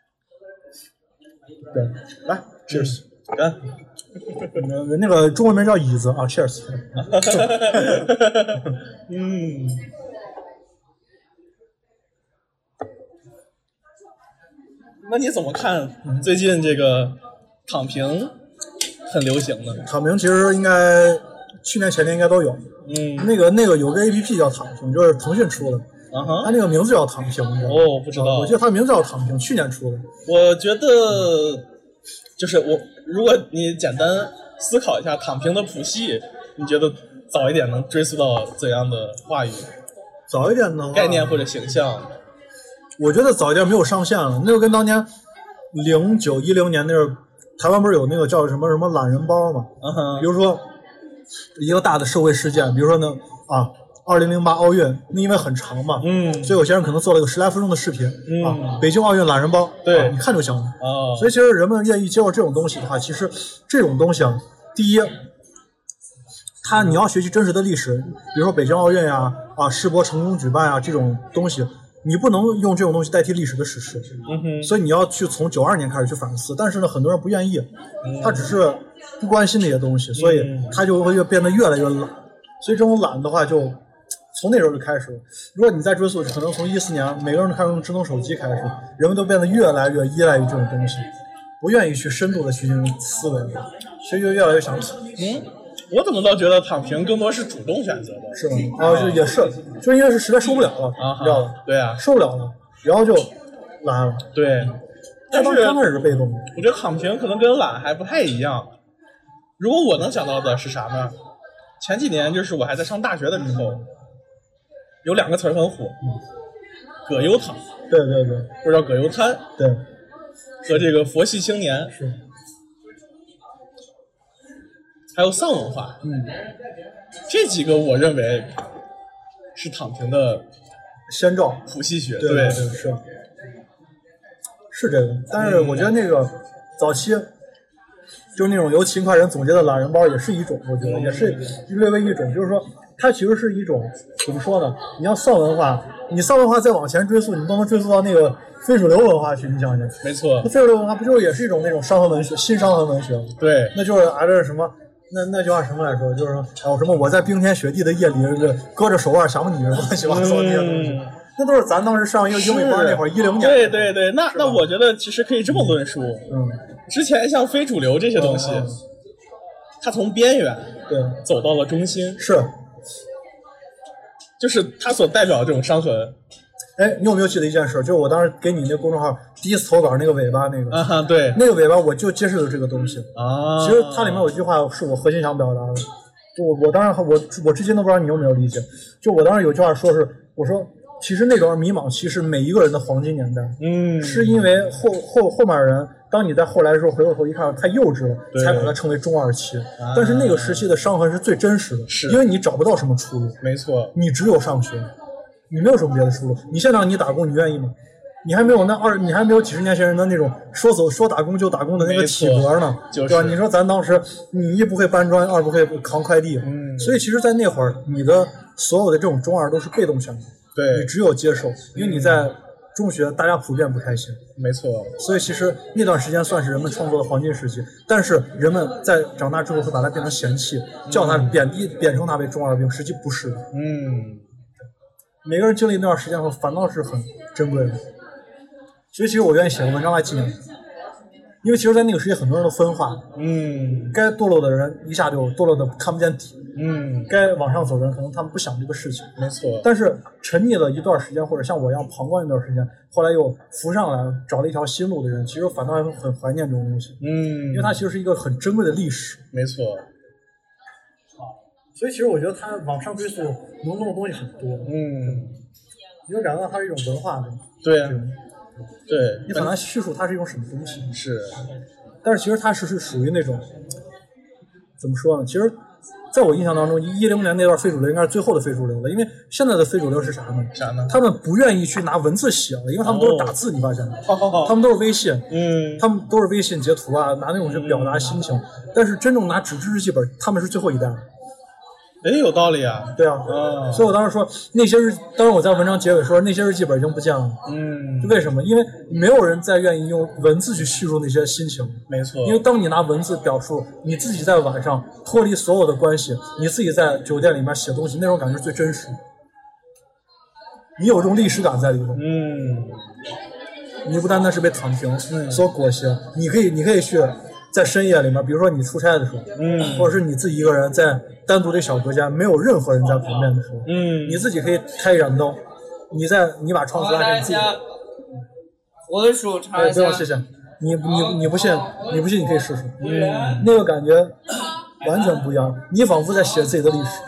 对， 来 ，cheers， 干。 那个中文名叫椅子啊 ，cheers。 嗯。那你怎么看最近这个躺平很流行呢？ 躺平其实应该去年前年应该都有。嗯。那个那个有个 A P P 叫躺平，就是腾讯出的。啊哈，他那个名字叫躺平， 哦，不知道， 我记得他名字叫躺平，去年出的。 我觉得，就是我，如果你简单思考一下躺平的谱系，你觉得早一点能追溯到怎样的话语？ 早一点呢？ 概念或者形象？ 我觉得早一点没有上限了，那就跟当年零九一零年那阵，台湾不是有那个叫什么什么懒人包嘛？嗯哼，比如说一个大的社会事件，比如说呢啊。二零零八奥运，那因为很长嘛，嗯，所以有些人可能做了一个十来分钟的视频，嗯，啊，北京奥运懒人包， 对， 啊、你看就行了， 哦， 所以其实人们愿意接受这种东西的话，其实这种东西啊，第一，它你要学习真实的历史，比如说北京奥运呀、啊，啊，世博成功举办啊这种东西，你不能用这种东西代替历史的史实，嗯哼，所以你要去从九二年开始去反思，但是呢，很多人不愿意，嗯、他只是不关心那些东西，所以他就会越变得越来越懒，所以这种懒的话就。从那时候就开始了。如果你再追溯，可能从一四年，每个人都开始用智能手机开始，人们都变得越来越依赖于这种东西，不愿意去深度的去进行思维，所以就越来越想躺。 嗯，我怎么倒觉得躺平更多是主动选择的？ 是吗？啊，就也是，就因为是实在受不了了， 啊， 你知道吧？ 对啊， 受不了了，然后就懒了。 对，但是刚开始是被动的。 我觉得躺平可能跟懒还不太一样。如果我能想到的是啥呢？前几年就是我还在上大学的时候。有两个词儿很火，葛优躺， 对对对， 或者叫葛优瘫， 对， 和这个佛系青年， 是， 还有丧文化，嗯，这几个我认为是躺平的先兆， 谱系学， 对对是，是这个，但是我觉得那个早期。就是那种由勤快人总结的懒人包也是一种，我觉得也是略微一种，就是说它其实是一种怎么说呢？你要丧文化，你丧文化再往前追溯，你都能追溯到那个非主流文化去，你想想。 没错， 非主流文化不就是也是一种那种伤痕文学、新伤痕文学吗？ 对， 那就是啊，这是什么？那那句话什么来说？就是说，还有什么我在冰天雪地的夜里，搁着手腕想你，乱七八糟那些东西。 那都是咱当时上一个英美班那会儿，一零年。 对对对，那那我觉得其实可以这么论述。 嗯， 之前像非主流这些东西， 嗯、 它从边缘对走到了中心， 是， 就是它所代表的这种伤痕。 哎，你有没有记得一件事？就是我当时给你那公众号第一次投稿那个尾巴那个， 啊，对， 那个尾巴我就揭示了这个东西啊。 其实它里面有一句话是我核心想表达的，就我我当时我我至今都不知道你有没有理解。就我当时有句话说是，我说其实那种迷茫期是每一个人的黄金年代， 嗯， 是因为后后后面人，当你在后来的时候回过头一看太幼稚了，才把它称为中二期。啊、但是那个时期的伤痕是最真实的， 是因为你找不到什么出路， 没错， 你只有上学。你没有什么别的出路，你现在让你打工，你愿意吗？你还没有那二，你还没有几十年前人的那种说走说打工就打工的那个体格呢， 就是、 对吧？你说咱当时，你一不会搬砖，二不会扛快递， 嗯， 所以其实，在那会儿，你的所有的这种中二都是被动选择， 对， 你只有接受，因为你在中学，大家普遍不开心， 没错， 所以其实那段时间算是人们创作的黄金时期，但是人们在长大之后会把它变成嫌弃，叫它贬低，贬称它为中二病，实际不是的， 嗯。 每个人经历那段时间后，反倒是很珍贵的。所以，其实我愿意写个文章来纪念，因为其实，在那个时期，很多人都分化， 嗯， 该堕落的人一下就堕落的看不见底， 嗯， 该往上走的人，可能他们不想这个事情， 没错。 但是沉溺了一段时间，或者像我一样旁观一段时间，后来又浮上来，找了一条新路的人，其实反倒还很怀念这种东西， 嗯， 因为它其实是一个很珍贵的历史， 没错。 所以其实我觉得它往上追溯能动的东西很多， 嗯， 因为感觉到它是一种文化的， 对啊，对， 你很难叙述它是一种什么东西， 是， 但是其实它是是属于那种怎么说呢？其实在我印象当中，一零年那段非主流应该是最后的非主流了，因为现在的非主流是啥呢？ 啥呢？ 他们不愿意去拿文字写了，因为他们都是打字，哦、你发现吗？ 好好好， 他们都是微信， 嗯， 他们都是微信截图啊，拿那种去表达心情，嗯、但是真正拿纸质日记本，他们是最后一代。 哎，有道理啊！ 对啊， 嗯， 所以我当时说那些日，当时我在文章结尾说那些日记本已经不见了。 嗯， 为什么？因为没有人再愿意用文字去叙述那些心情。 没错。 因为当你拿文字表述你自己在晚上脱离所有的关系，你自己在酒店里面写东西，那种感觉是最真实。你有这种历史感在里头。 嗯。 你不单单是被躺平所裹挟，你可以，你可以去。在深夜里面，比如说你出差的时候， 嗯， 或者是你自己一个人在单独的小隔间，没有任何人在旁边的时候， 嗯， 你自己可以开一盏灯，你在你把窗子拉开，你自己， 我的手插一下， 不用谢谢，你你你不信，你不信你可以试试， 嗯， 那个感觉完全不一样，你仿佛在写自己的历史。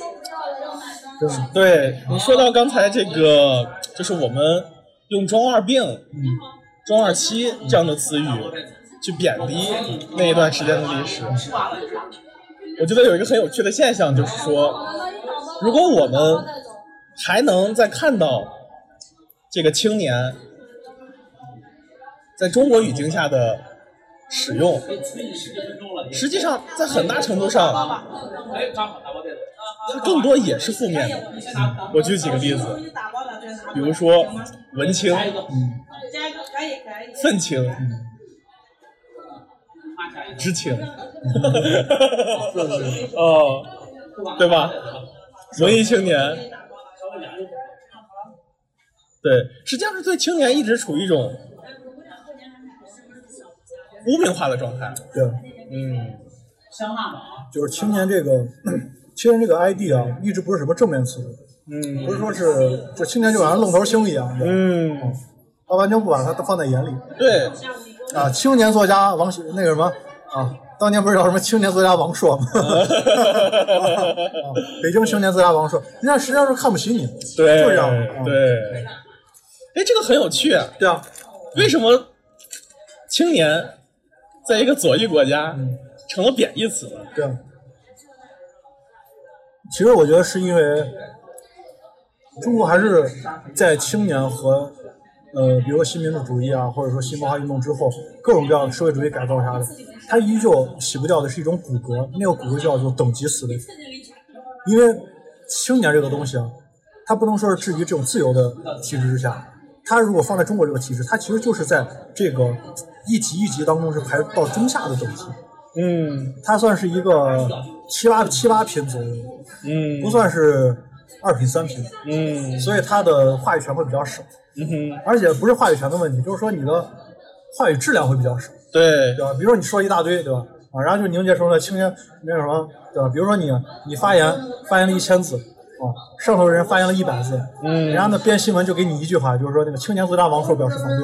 对，你说到刚才这个，就是我们用中二病、嗯、中二期这样的词语。去贬低那一段时间的历史，我觉得有一个很有趣的现象，就是说，如果我们还能再看到这个青年在中国语境下的使用，实际上在很大程度上，它更多也是负面的。我举几个例子，比如说文青、嗯、愤青。嗯知情，哦，对吧？文艺青年，对，实际上是对青年一直处于一种污名化的状态。 对， 嗯， 就是青年这个青年这个 I D 啊，一直不是什么正面词， 嗯， 不是说是就青年就好像愣头青一样， 嗯， 他完全不把它放在眼里。 对。 啊，青年作家王那个什么啊，当年不是叫什么青年作家王朔吗？啊啊、北京青年作家王朔，人家实际上是看不起你， 对， 就这样。 啊、对，哎，这个很有趣、啊。 对啊， 为什么青年在一个左翼国家成了贬义词呢？ 对啊，其实我觉得是因为中国还是在青年和。呃，比如说新民主主义啊，或者说新文化运动之后，各种各样的社会主义改造啥的，它依旧洗不掉的是一种骨骼，那个骨骼叫做等级思维。因为青年这个东西啊，它不能说是置于这种自由的体制之下，它如果放在中国这个体制，它其实就是在这个一级一级当中是排到中下的等级。 嗯， 它算是一个七八七八品左右， 嗯， 不算是二品三品， 嗯， 所以他的话语权会比较少。 嗯哼， 而且不是话语权的问题，就是说你的话语质量会比较少， 对对吧？比如说你说一大堆，对吧？啊，然后就凝结成了青年那什么，对吧？比如说你你发言发言了一千字，啊，上头人发言了一百字， 嗯， 然后呢编新闻就给你一句话，就是说那个青年作家王朔表示反对，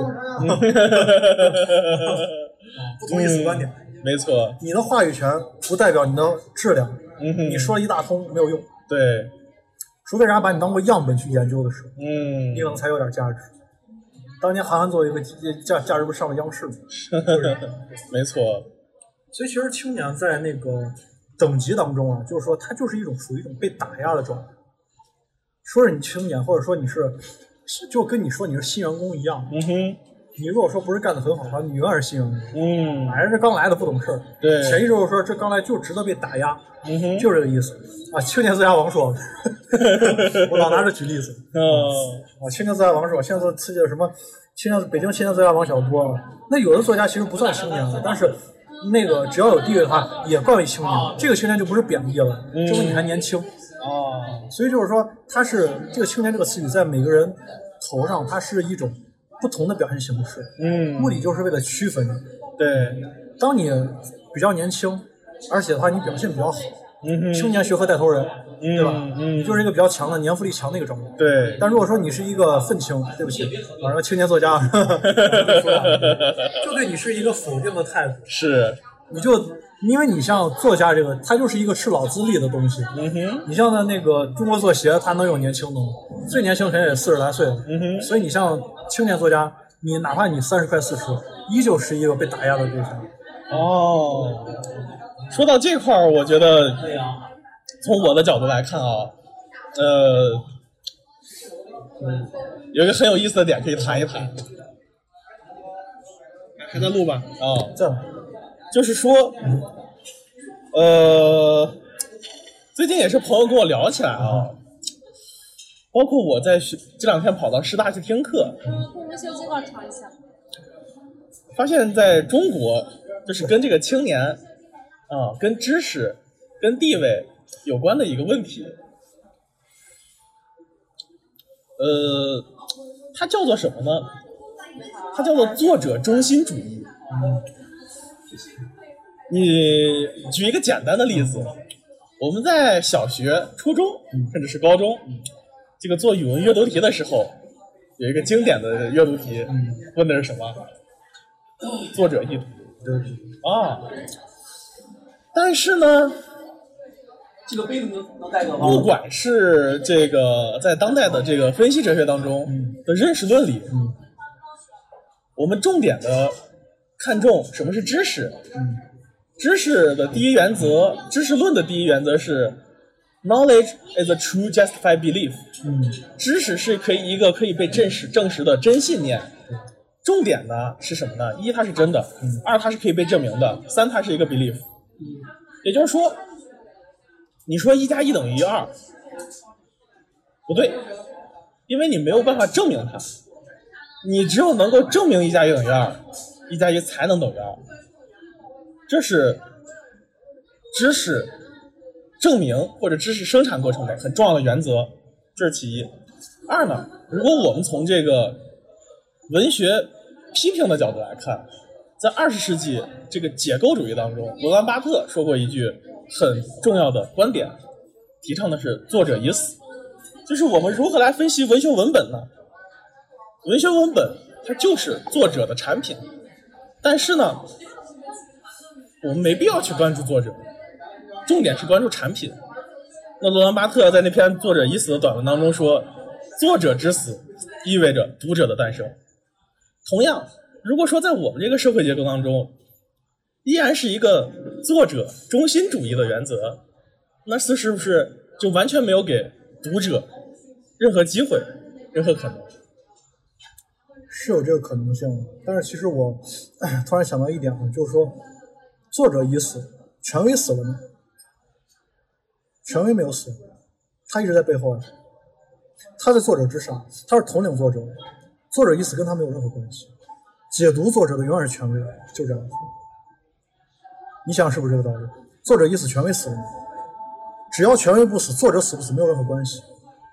不同意思观点， 嗯，没错， 你的话语权不代表你的质量， 嗯哼， 你说了一大通没有用， 对， 除非人家把你当过样本去研究的时候， 嗯， 你可能才有点价值。当年韩寒作为一个价价值不上了央视吗？ 没错。 所以其实青年在那个等级当中啊，就是说它就是一种属于一种被打压的状态。说是你青年，或者说你是，就跟你说你是新员工一样。 嗯哼。 你如果说不是干得很好的话，你永远是新员工。 嗯。 反正是刚来的不懂事儿。 对。 潜意识就是说这刚来就值得被打压。 嗯哼。 就这个意思啊！青年作家王朔，我老拿着举例子。 哦。 啊，青年作家王朔，现在刺激的什么？青年北京青年作家王小波，那有的作家其实不算青年了，但是。那个只要有地位的话，也冠为青年。这个青年就不是贬义了，证明你还年轻。 哦， 所以就是说，它是这个青年这个词语在每个人头上，它是一种不同的表现形式。 嗯， 目的就是为了区分。 对， 当你比较年轻，而且的话你表现比较好， 嗯哼， 青年学和带头人， 嗯、 对吧？ 嗯， 你就是一个比较强的年富力强的一个状态。 对。 但如果说你是一个愤青，对不起，啊，青年作家，就对你是一个否定的态度。 是。 你就因为你像作家这个，它就是一个吃老资历的东西。 嗯哼。 你像在那个中国作协，它能有年轻的吗？最年轻可能也四十来岁了。 嗯哼。 所以你像青年作家，你哪怕你三十快四十，依旧是一个被打压的对象。 哦，说到这块儿，我觉得从我的角度来看啊，呃，嗯，有一个很有意思的点可以谈一谈。 还在录吧？ 哦，在。 就是说，呃，最近也是朋友跟我聊起来啊，包括我在这两天跑到师大去听课，发现在中国就是跟这个青年啊、跟知识、跟地位有关的一个问题，呃，它叫做什么呢？它叫做作者中心主义。你举一个简单的例子，我们在小学、初中甚至是高中，这个做语文阅读题的时候，有一个经典的阅读题，问的是什么？作者意图啊。但是呢， 这个杯子能能带走吗？ 不管是这个在当代的这个分析哲学当中的认识论里， 嗯、 我们重点的看重什么是知识。嗯、知识的第一原则，知识论的第一原则是 knowledge is a true justified belief。 嗯， 知识是可以一个可以被证实证实的真信念。重点呢是什么呢？一，它是真的； 嗯、 二，它是可以被证明的；三，它是一个 belief。也就是说，你说一加一等于二，不对，因为你没有办法证明它。你只有能够证明一加一等于二，一加一才能等于二。这是知识证明或者知识生产过程的很重要的原则，这是其一。二呢，如果我们从这个文学批评的角度来看，在二十世纪这个解构主义当中，罗兰巴特说过一句很重要的观点，提倡的是作者已死。就是我们如何来分析文学文本呢？文学文本它就是作者的产品，但是呢，我们没必要去关注作者，重点是关注产品。那罗兰巴特在那篇《作者已死》的短文当中说，作者之死意味着读者的诞生。同样，如果说在我们这个社会结构当中，依然是一个作者中心主义的原则，那是不是就完全没有给读者任何机会、任何可能？ 是有这个可能性，但是其实我突然想到一点啊，就是说，作者已死，权威死了吗？权威没有死，他一直在背后啊，他在作者之上，他是统领作者，作者已死跟他没有任何关系。解读作者的永远是权威，就这样子。你想是不是这个道理？作者已死，权威死了吗？只要权威不死，作者死不死没有任何关系。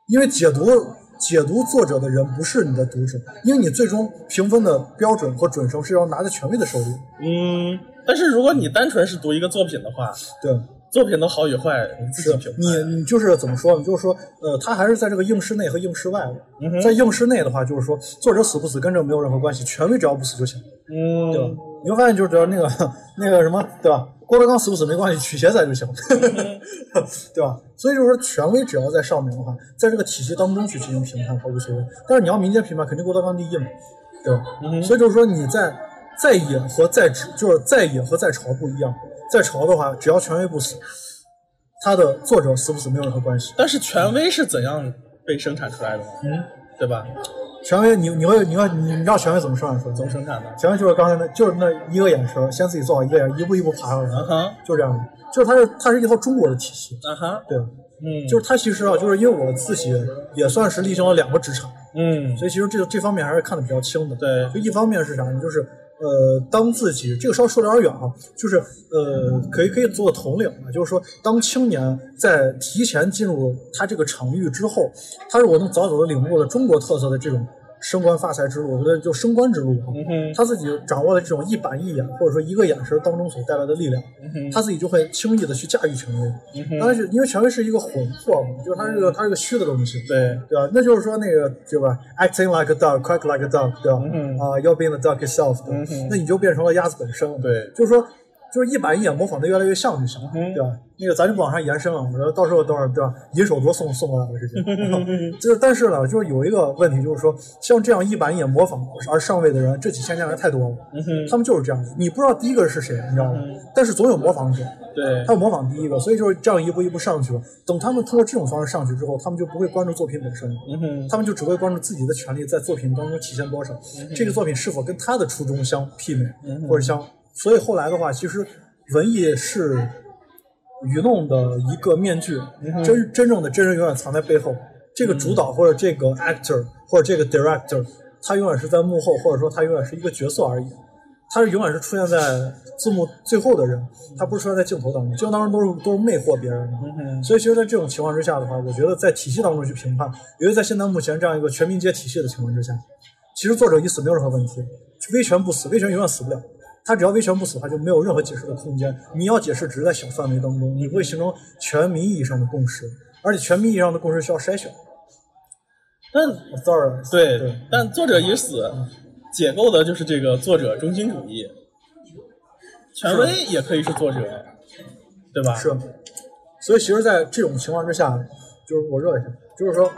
因为解读解读作者的人不是你的读者，因为你最终评分的标准和准绳是要拿在权威的手里。 嗯，但是如果你单纯是读一个作品的话， 对。 作品的好与坏你自己评判。 你你就是怎么说呢？就是说，呃，它还是在这个应试内和应试外的。嗯、在应试内的话，就是说作者死不死跟这个没有任何关系，权威只要不死就行， 嗯， 对吧？你会发现就是只要那个那个什么，对吧？郭德纲死不死没关系，曲协在就行，对吧？所以就是说，权威只要在上面的话，在这个体系当中去进行评判，它无所谓。但是你要民间评判，肯定郭德纲第一嘛，对吧？嗯、所以就是说，你在在野和在直，就是在野和在朝不一样。在朝的话，只要权威不死，他的作者死不死没有任何关系。 但是权威是怎样被生产出来的呢？嗯，对吧？ 权威，你你会你会你知道权威怎么生产出来的？ 怎么生产的？ 权威就是刚才那，就是那一个眼神，先自己做好一个眼，一步一步爬上来， 嗯哼， 就这样的。就是它是它是一套中国的体系， 嗯哼， 对，嗯，就是它其实啊，就是因为我自己也算是历经了两个职场， 嗯， 所以其实这这方面还是看得比较清的。 对， 就一方面是啥呢？就是。呃，当自己这个稍微说的有点远啊，就是呃，可以可以做个统领啊，就是说，当青年在提前进入他这个场域之后，他如果能早早的领悟了中国特色的这种升官发财之路，我觉得就升官之路啊， 嗯、 他自己掌握了这种一板一眼或者说一个眼神当中所带来的力量， 嗯、 他自己就会轻易的去驾驭权威。 嗯、 当然是因为权威是一个混魄嘛，就是它是一个它是一个虚的东西， 对对吧？那就是说那个对吧 ，acting like a dog, quack like a dog， 对吧？ 嗯、 啊，要 being the dog itself， 对吧？ 嗯、 那你就变成了鸭子本身， 对， 就是说。就是一板一眼模仿的越来越像就行， 嗯、 对吧？那个咱就不往上延伸了，我觉得到时候等会儿对吧？银手镯送送过来的事情，就是但是呢，就是有一个问题，就是说像这样一板一眼模仿而上位的人，这几千年来太多了， 嗯、 他们就是这样的，你不知道第一个是谁，你知道吗？ 嗯、 但是总有模仿者， 对， 他模仿第一个，所以就是这样一步一步上去了。等他们通过这种方式上去之后，他们就不会关注作品本身， 嗯、 他们就只会关注自己的权利在作品当中体现多少， 嗯、 这个作品是否跟他的初衷相媲美， 嗯、 或者相。所以后来的话，其实。文艺是愚弄的一个面具， 嗯、 真真正的真人永远藏在背后。这个主导或者这个 actor 或者这个 director， 他永远是在幕后，或者说他永远是一个角色而已。他是永远是出现在字幕最后的人，他不是出现在镜头当中。镜头当中都是都是魅惑别人的。 嗯、 所以其实，在这种情况之下的话，我觉得在体系当中去评判，尤其在现在目前这样一个全民皆体系的情况之下，其实作者一死没有任何问题，威权不死，威权永远死不了。他只要威权不死，他就没有任何解释的空间。你要解释只是在小范围当中，你会形成全民意义上的共识，而且全民意义上的共识需要筛选。 但 sorry， 对， 对但作者已死，解构的就是这个作者中心主义。权威也可以是作者，对吧？ 是。所以其实，在这种情况之下，就是我热一下，就是说，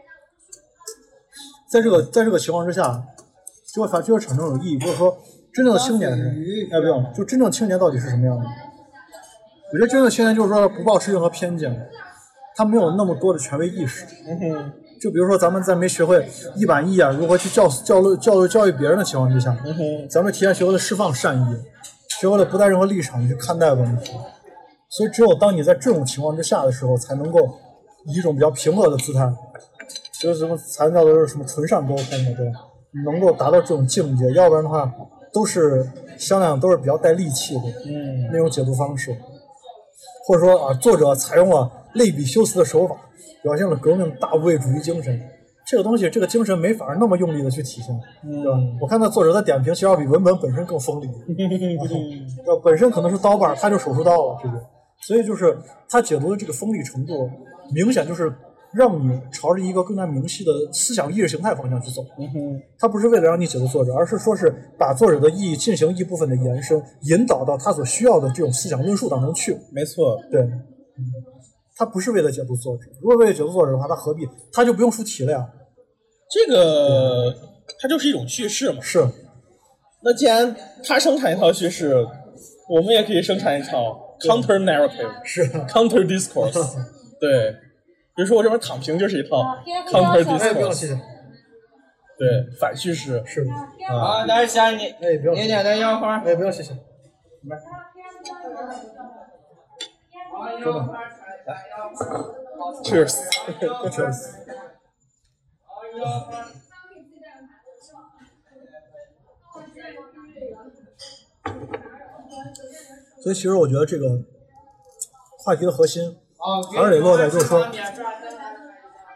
在这个在这个情况之下，就会发就会产生有意义，就是说。真正的青年是，哎，不用，就真正青年到底是什么样的？我觉得真正的青年就是说不抱持任何偏见，他没有那么多的权威意识。 嗯哼， 就比如说咱们在没学会一板一眼如何去教教育教育教育别人的情况之下， 嗯哼， 咱们提前学会了释放善意，学会了不带任何立场去看待问题。所以只有当你在这种情况之下的时候，才能够以一种比较平和的姿态，就是什么才叫做什么纯善沟通的，对吧？能够达到这种境界，要不然的话。都是相当都是比较带戾气的， 嗯， 那种解读方式，或者说啊，作者采用了类比修辞的手法，表现了革命大无畏主义精神。这个东西，这个精神没法那么用力的去体现， 嗯、 对吧？我看到作者的点评，其实要比文本本身更锋利，对吧？本身可能是刀把，他就手术刀了，这个，所以就是他解读的这个锋利程度，明显就是。让你朝着一个更加明晰的思想意识形态方向去走。 嗯哼， 它不是为了让你解读作者，而是说是把作者的意义进行一部分的延伸，引导到他所需要的这种思想论述当中去。 没错， 对，嗯，他不是为了解读作者。如果为了解读作者的话，他何必？他就不用出题了呀。 这个，它就是一种叙事嘛。 是。 那既然他生产一套叙事，我们也可以生产一套 counter narrative， 是 counter discourse， 对。比如说我这边躺平就是一套 counter discourse， 对，反叙事是的。 好，那是想你， 哎，不要， 您点的腰花， 哎，不要谢谢。来，说吧， 来 ，Cheers， Cheers。所以其实我觉得这个话题的核心。还是得落在就是说，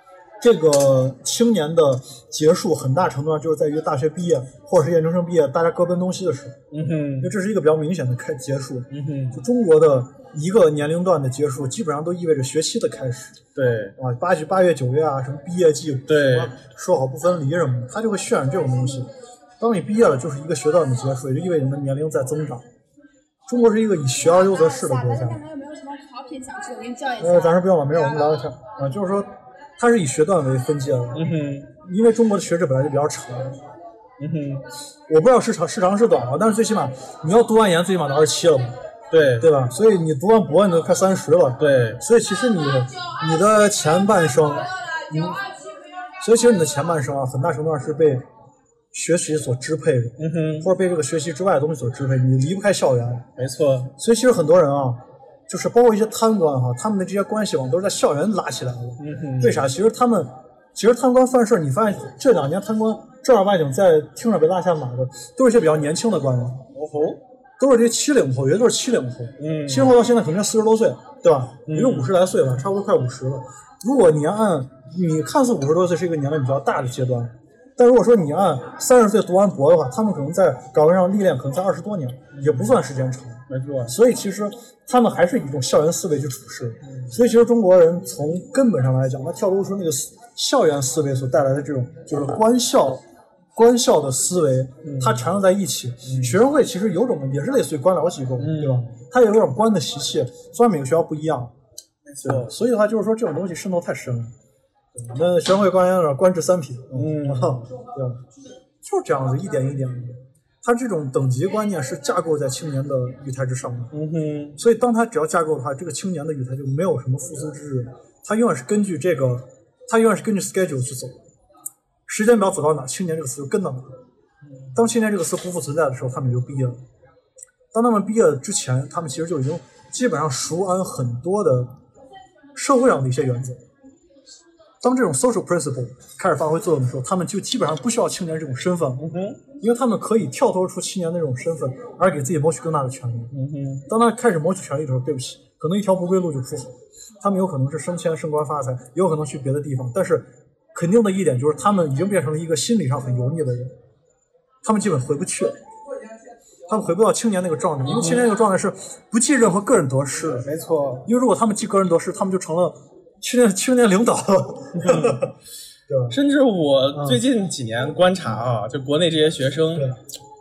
这个青年的结束很大程度上就是在于大学毕业或者是研究生毕业，大家各奔东西的时候。 嗯哼， 因为这是一个比较明显的开结束。 嗯哼， 就中国的一个年龄段的结束，基本上都意味着学期的开始。 对啊，八月八月九月啊，什么毕业季， 对， 说好不分离什么的，他就会渲染这种东西。当你毕业了，就是一个学段的结束，也就意味着你的年龄在增长。中国是一个以学而优则仕的国家。 还有没有什么考品想吃？我给你叫一下。 呃，暂时不用了，没事，我们聊聊天啊。就是说，它是以学段为分界的。 嗯哼， 因为中国的学制本来就比较长。 嗯哼， 我不知道是长是长是短吧，但是最起码你要读完研，最起码到二十七了吧？ 对对吧？所以你读完博，你都快三十了。 对， 所以其实你你的前半生，你所以其实你的前半生啊，很大程度上是被学习所支配的， 嗯哼， 或者被这个学习之外的东西所支配，你离不开校园。 没错。 所以其实很多人啊，就是包括一些贪官哈、啊，他们的这些关系网都是在校园拉起来的。 嗯哼， 为啥？其实他们，其实贪官犯事，你发现这两年贪官正儿八经在厅上被拉下马的，都是一些比较年轻的官员。 哦吼， 都是这些七零后，也就是七零后。 嗯， 七零后到现在肯定四十多岁，对吧？也就五十来岁吧，差不多快五十了。如果你按你看似五十多岁是一个年龄比较大的阶段，但如果说你按三十岁读完博的话，他们可能在岗位上历练可能才二十多年，也不算时间长。 没错。 所以其实他们还是以一种校园思维去处事。所以其实中国人从根本上来讲，他跳脱出那个校园思维所带来的这种就是官校。官校的思维，它缠绕在一起。嗯、学生会其实有种也是类似于官僚机构，嗯、对吧？它也有点官的习气，虽然每个学校不一样。 没错。 所以的话，就是说这种东西渗透太深了。那学生会官员有点官至三品，嗯，对吧？就是这样子，一点一点的。它这种等级观念是架构在青年的舞台之上的。 嗯哼。 所以当它只要架构的话，这个青年的舞台就没有什么复苏之日，它永远是根据这个，它永远是根据 schedule 去走。时间表走到哪，青年这个词就跟到哪。当青年这个词不复存在的时候，他们就毕业了。当他们毕业之前，他们其实就已经基本上熟谙很多的社会上的一些原则。当这种 social principle 开始发挥作用的时候，他们就基本上不需要青年这种身份， 嗯哼， 因为他们可以跳脱出青年那种身份，而给自己谋取更大的权利。 嗯哼， 当他开始谋取权利的时候，对不起，可能一条不归路就铺好。他们有可能是升迁、升官、发财，也有可能去别的地方，但是。肯定的一点就是，他们已经变成了一个心理上很油腻的人，他们基本回不去了，他们回不到青年那个状态，因为青年那个状态是不计任何个人得失的。 没错， 因为如果他们计个人得失，他们就成了青年青年领导了，对吧？ 甚至我最近几年观察啊，就国内这些学生， 那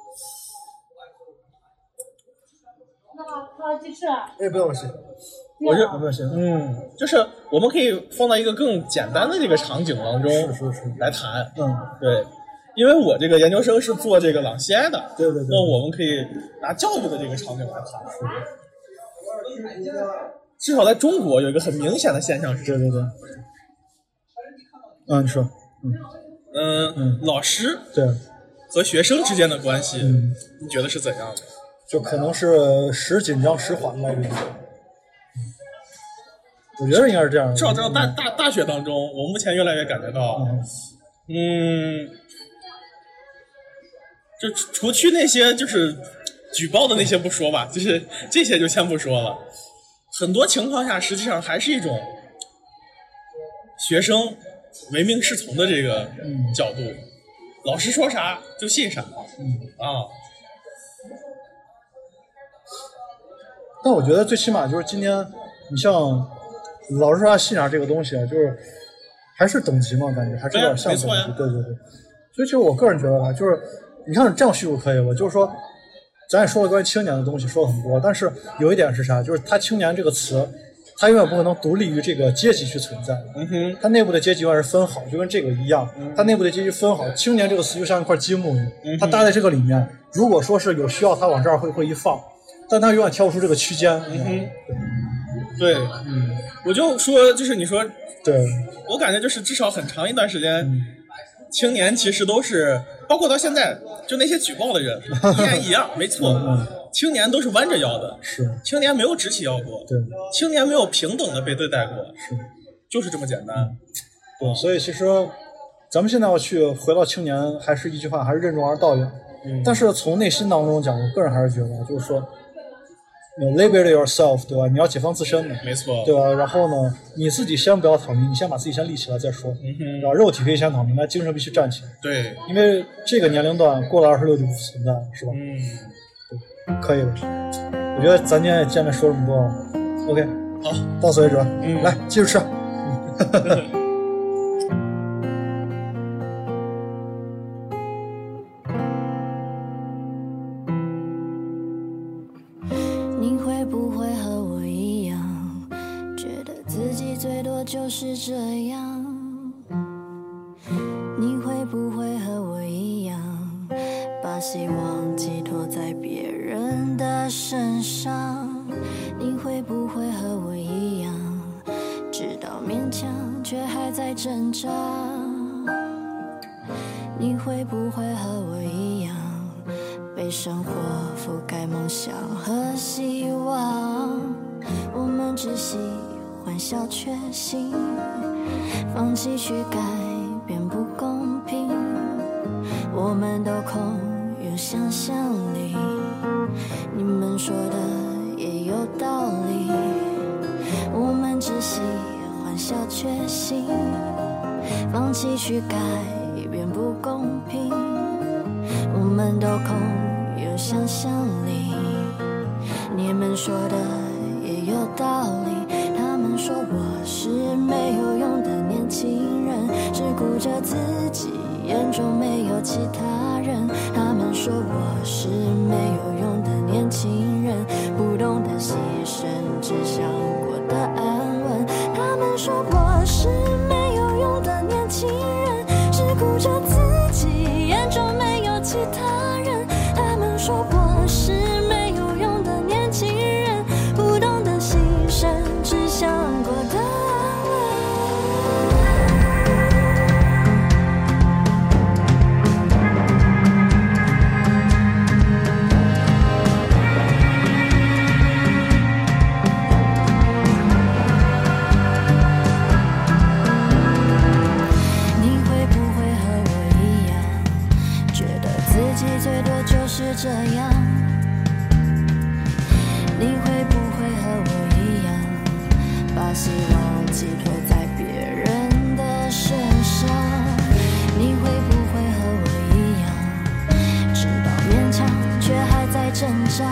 好，鸡翅。 哎，不要谢。 我是不行， 嗯，就是我们可以放到一个更简单的这个场景当中是是是来谈， 嗯， 对，因为我这个研究生是做这个朗西埃的， 对对对， 那我们可以拿教育的这个场景来谈，至少在中国有一个很明显的现象是， 对对对，嗯，你说，嗯嗯嗯，老师对和学生之间的关系， 嗯， 你觉得是怎样的？ 就可能是时紧张时缓吧，这种。我觉得应该是这样的。 至少在大大大学当中，我目前越来越感觉到，嗯，就除除去那些就是举报的那些不说吧，就是这些就先不说了。很多情况下，实际上还是一种学生唯命是从的这个角度，嗯、老师说啥就信啥， 嗯啊。 但我觉得最起码就是今天，你像。老实说，信仰这个东西啊，就是还是等级嘛，感觉还是有点像等级。对对对。所以其实我个人觉得啊，就是你看这样叙述可以吧？就是说，咱也说了关于青年的东西，说了很多，但是有一点是啥？就是他青年这个词，他永远不可能独立于这个阶级去存在。 嗯哼。 他内部的阶级永远是分好，就跟这个一样。嗯、他内部的阶级分好，青年这个词就像一块积木， 嗯、 它搭在这个里面。如果说是有需要，他往这儿会会一放，但他永远跳不出这个区间。 嗯哼。对，嗯，我就说，就是你说， 对， 我感觉就是至少很长一段时间，嗯、青年其实都是，包括到现在，就那些举报的人，依然一样，没错， 嗯、 青年都是弯着腰的， 是， 青年没有直起腰过， 对， 青年没有平等的被对待过， 是， 就是这么简单， 嗯、对，所以其实咱们现在要去回到青年，还是一句话，还是任重而道远， 嗯、 但是从内心当中讲，我个人还是觉得，就是说。 呃 liberate yourself， 对吧？你要解放自身的， 没错， 对吧？然后呢，你自己先不要躺平，你先把自己先立起来再说， 嗯哼， 然后肉体可以先躺平，但精神必须站起来。 对， 因为这个年龄段过了二十六就不存在了，是吧？ 嗯， 对，可以的。我觉得咱今天也见面说这么多了 ，OK， 好， 到此为止， 嗯， 来继续吃。嗯你会不会和我一样，觉得自己最多就是这样？你会不会和我一样，把希望寄托在别人的身上？你会不会和我一样，知道勉强却还在挣扎？你会不会和我一样，被生活覆盖梦想和希望？我们只喜欢小确幸，放弃去改变不公平。我们都空有想象力，你们说的也有道理。我们只喜欢小确幸，放弃去改变不公平。我们都空有想象力，你们说的也有道理。他们说我是没有用的年轻人，只顾着自己，眼中没有其他人。他们说我是没有用的年轻人，不懂得牺牲，只想过得安稳。他们说我是没有用的年轻人，只顾着自己，眼中没有其他人。他们说我是没有用的年轻人，不懂得牺牲，只想过得安稳。你会不会和我一样，觉得自己最多就是这样？你会不会和我一样，把希望寄托在别人的身上？你会不会和我一样，知道勉强却还在挣扎？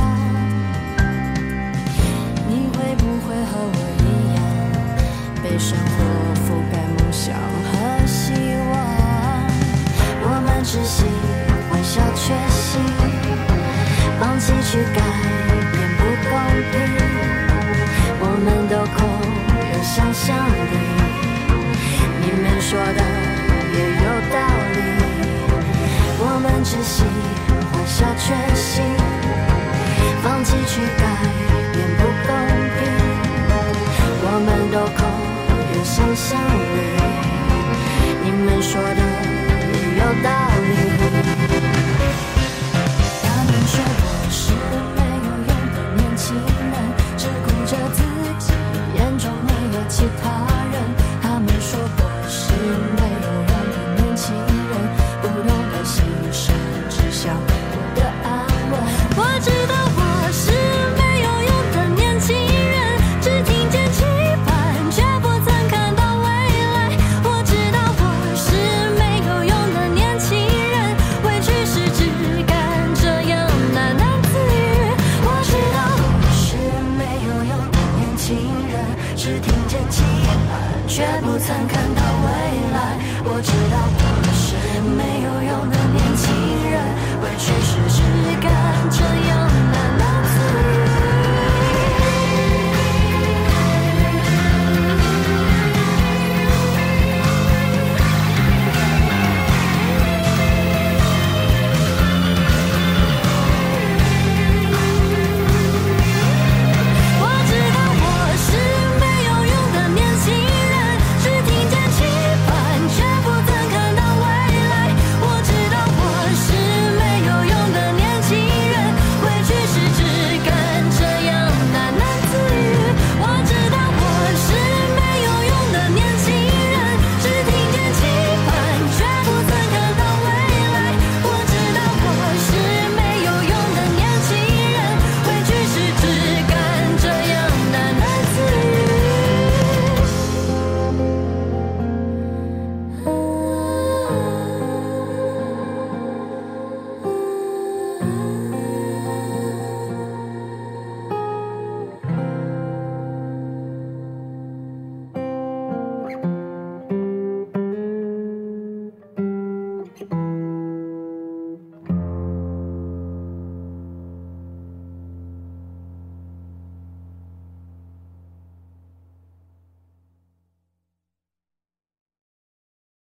你会不会和我一样，被生活覆盖梦想和希望？我们只喜欢小确幸，放弃去改变不公平。我们都空有想象力，你们说的也有道理。我们只喜欢小确幸，放弃去改变不公平。我们都空有想象力，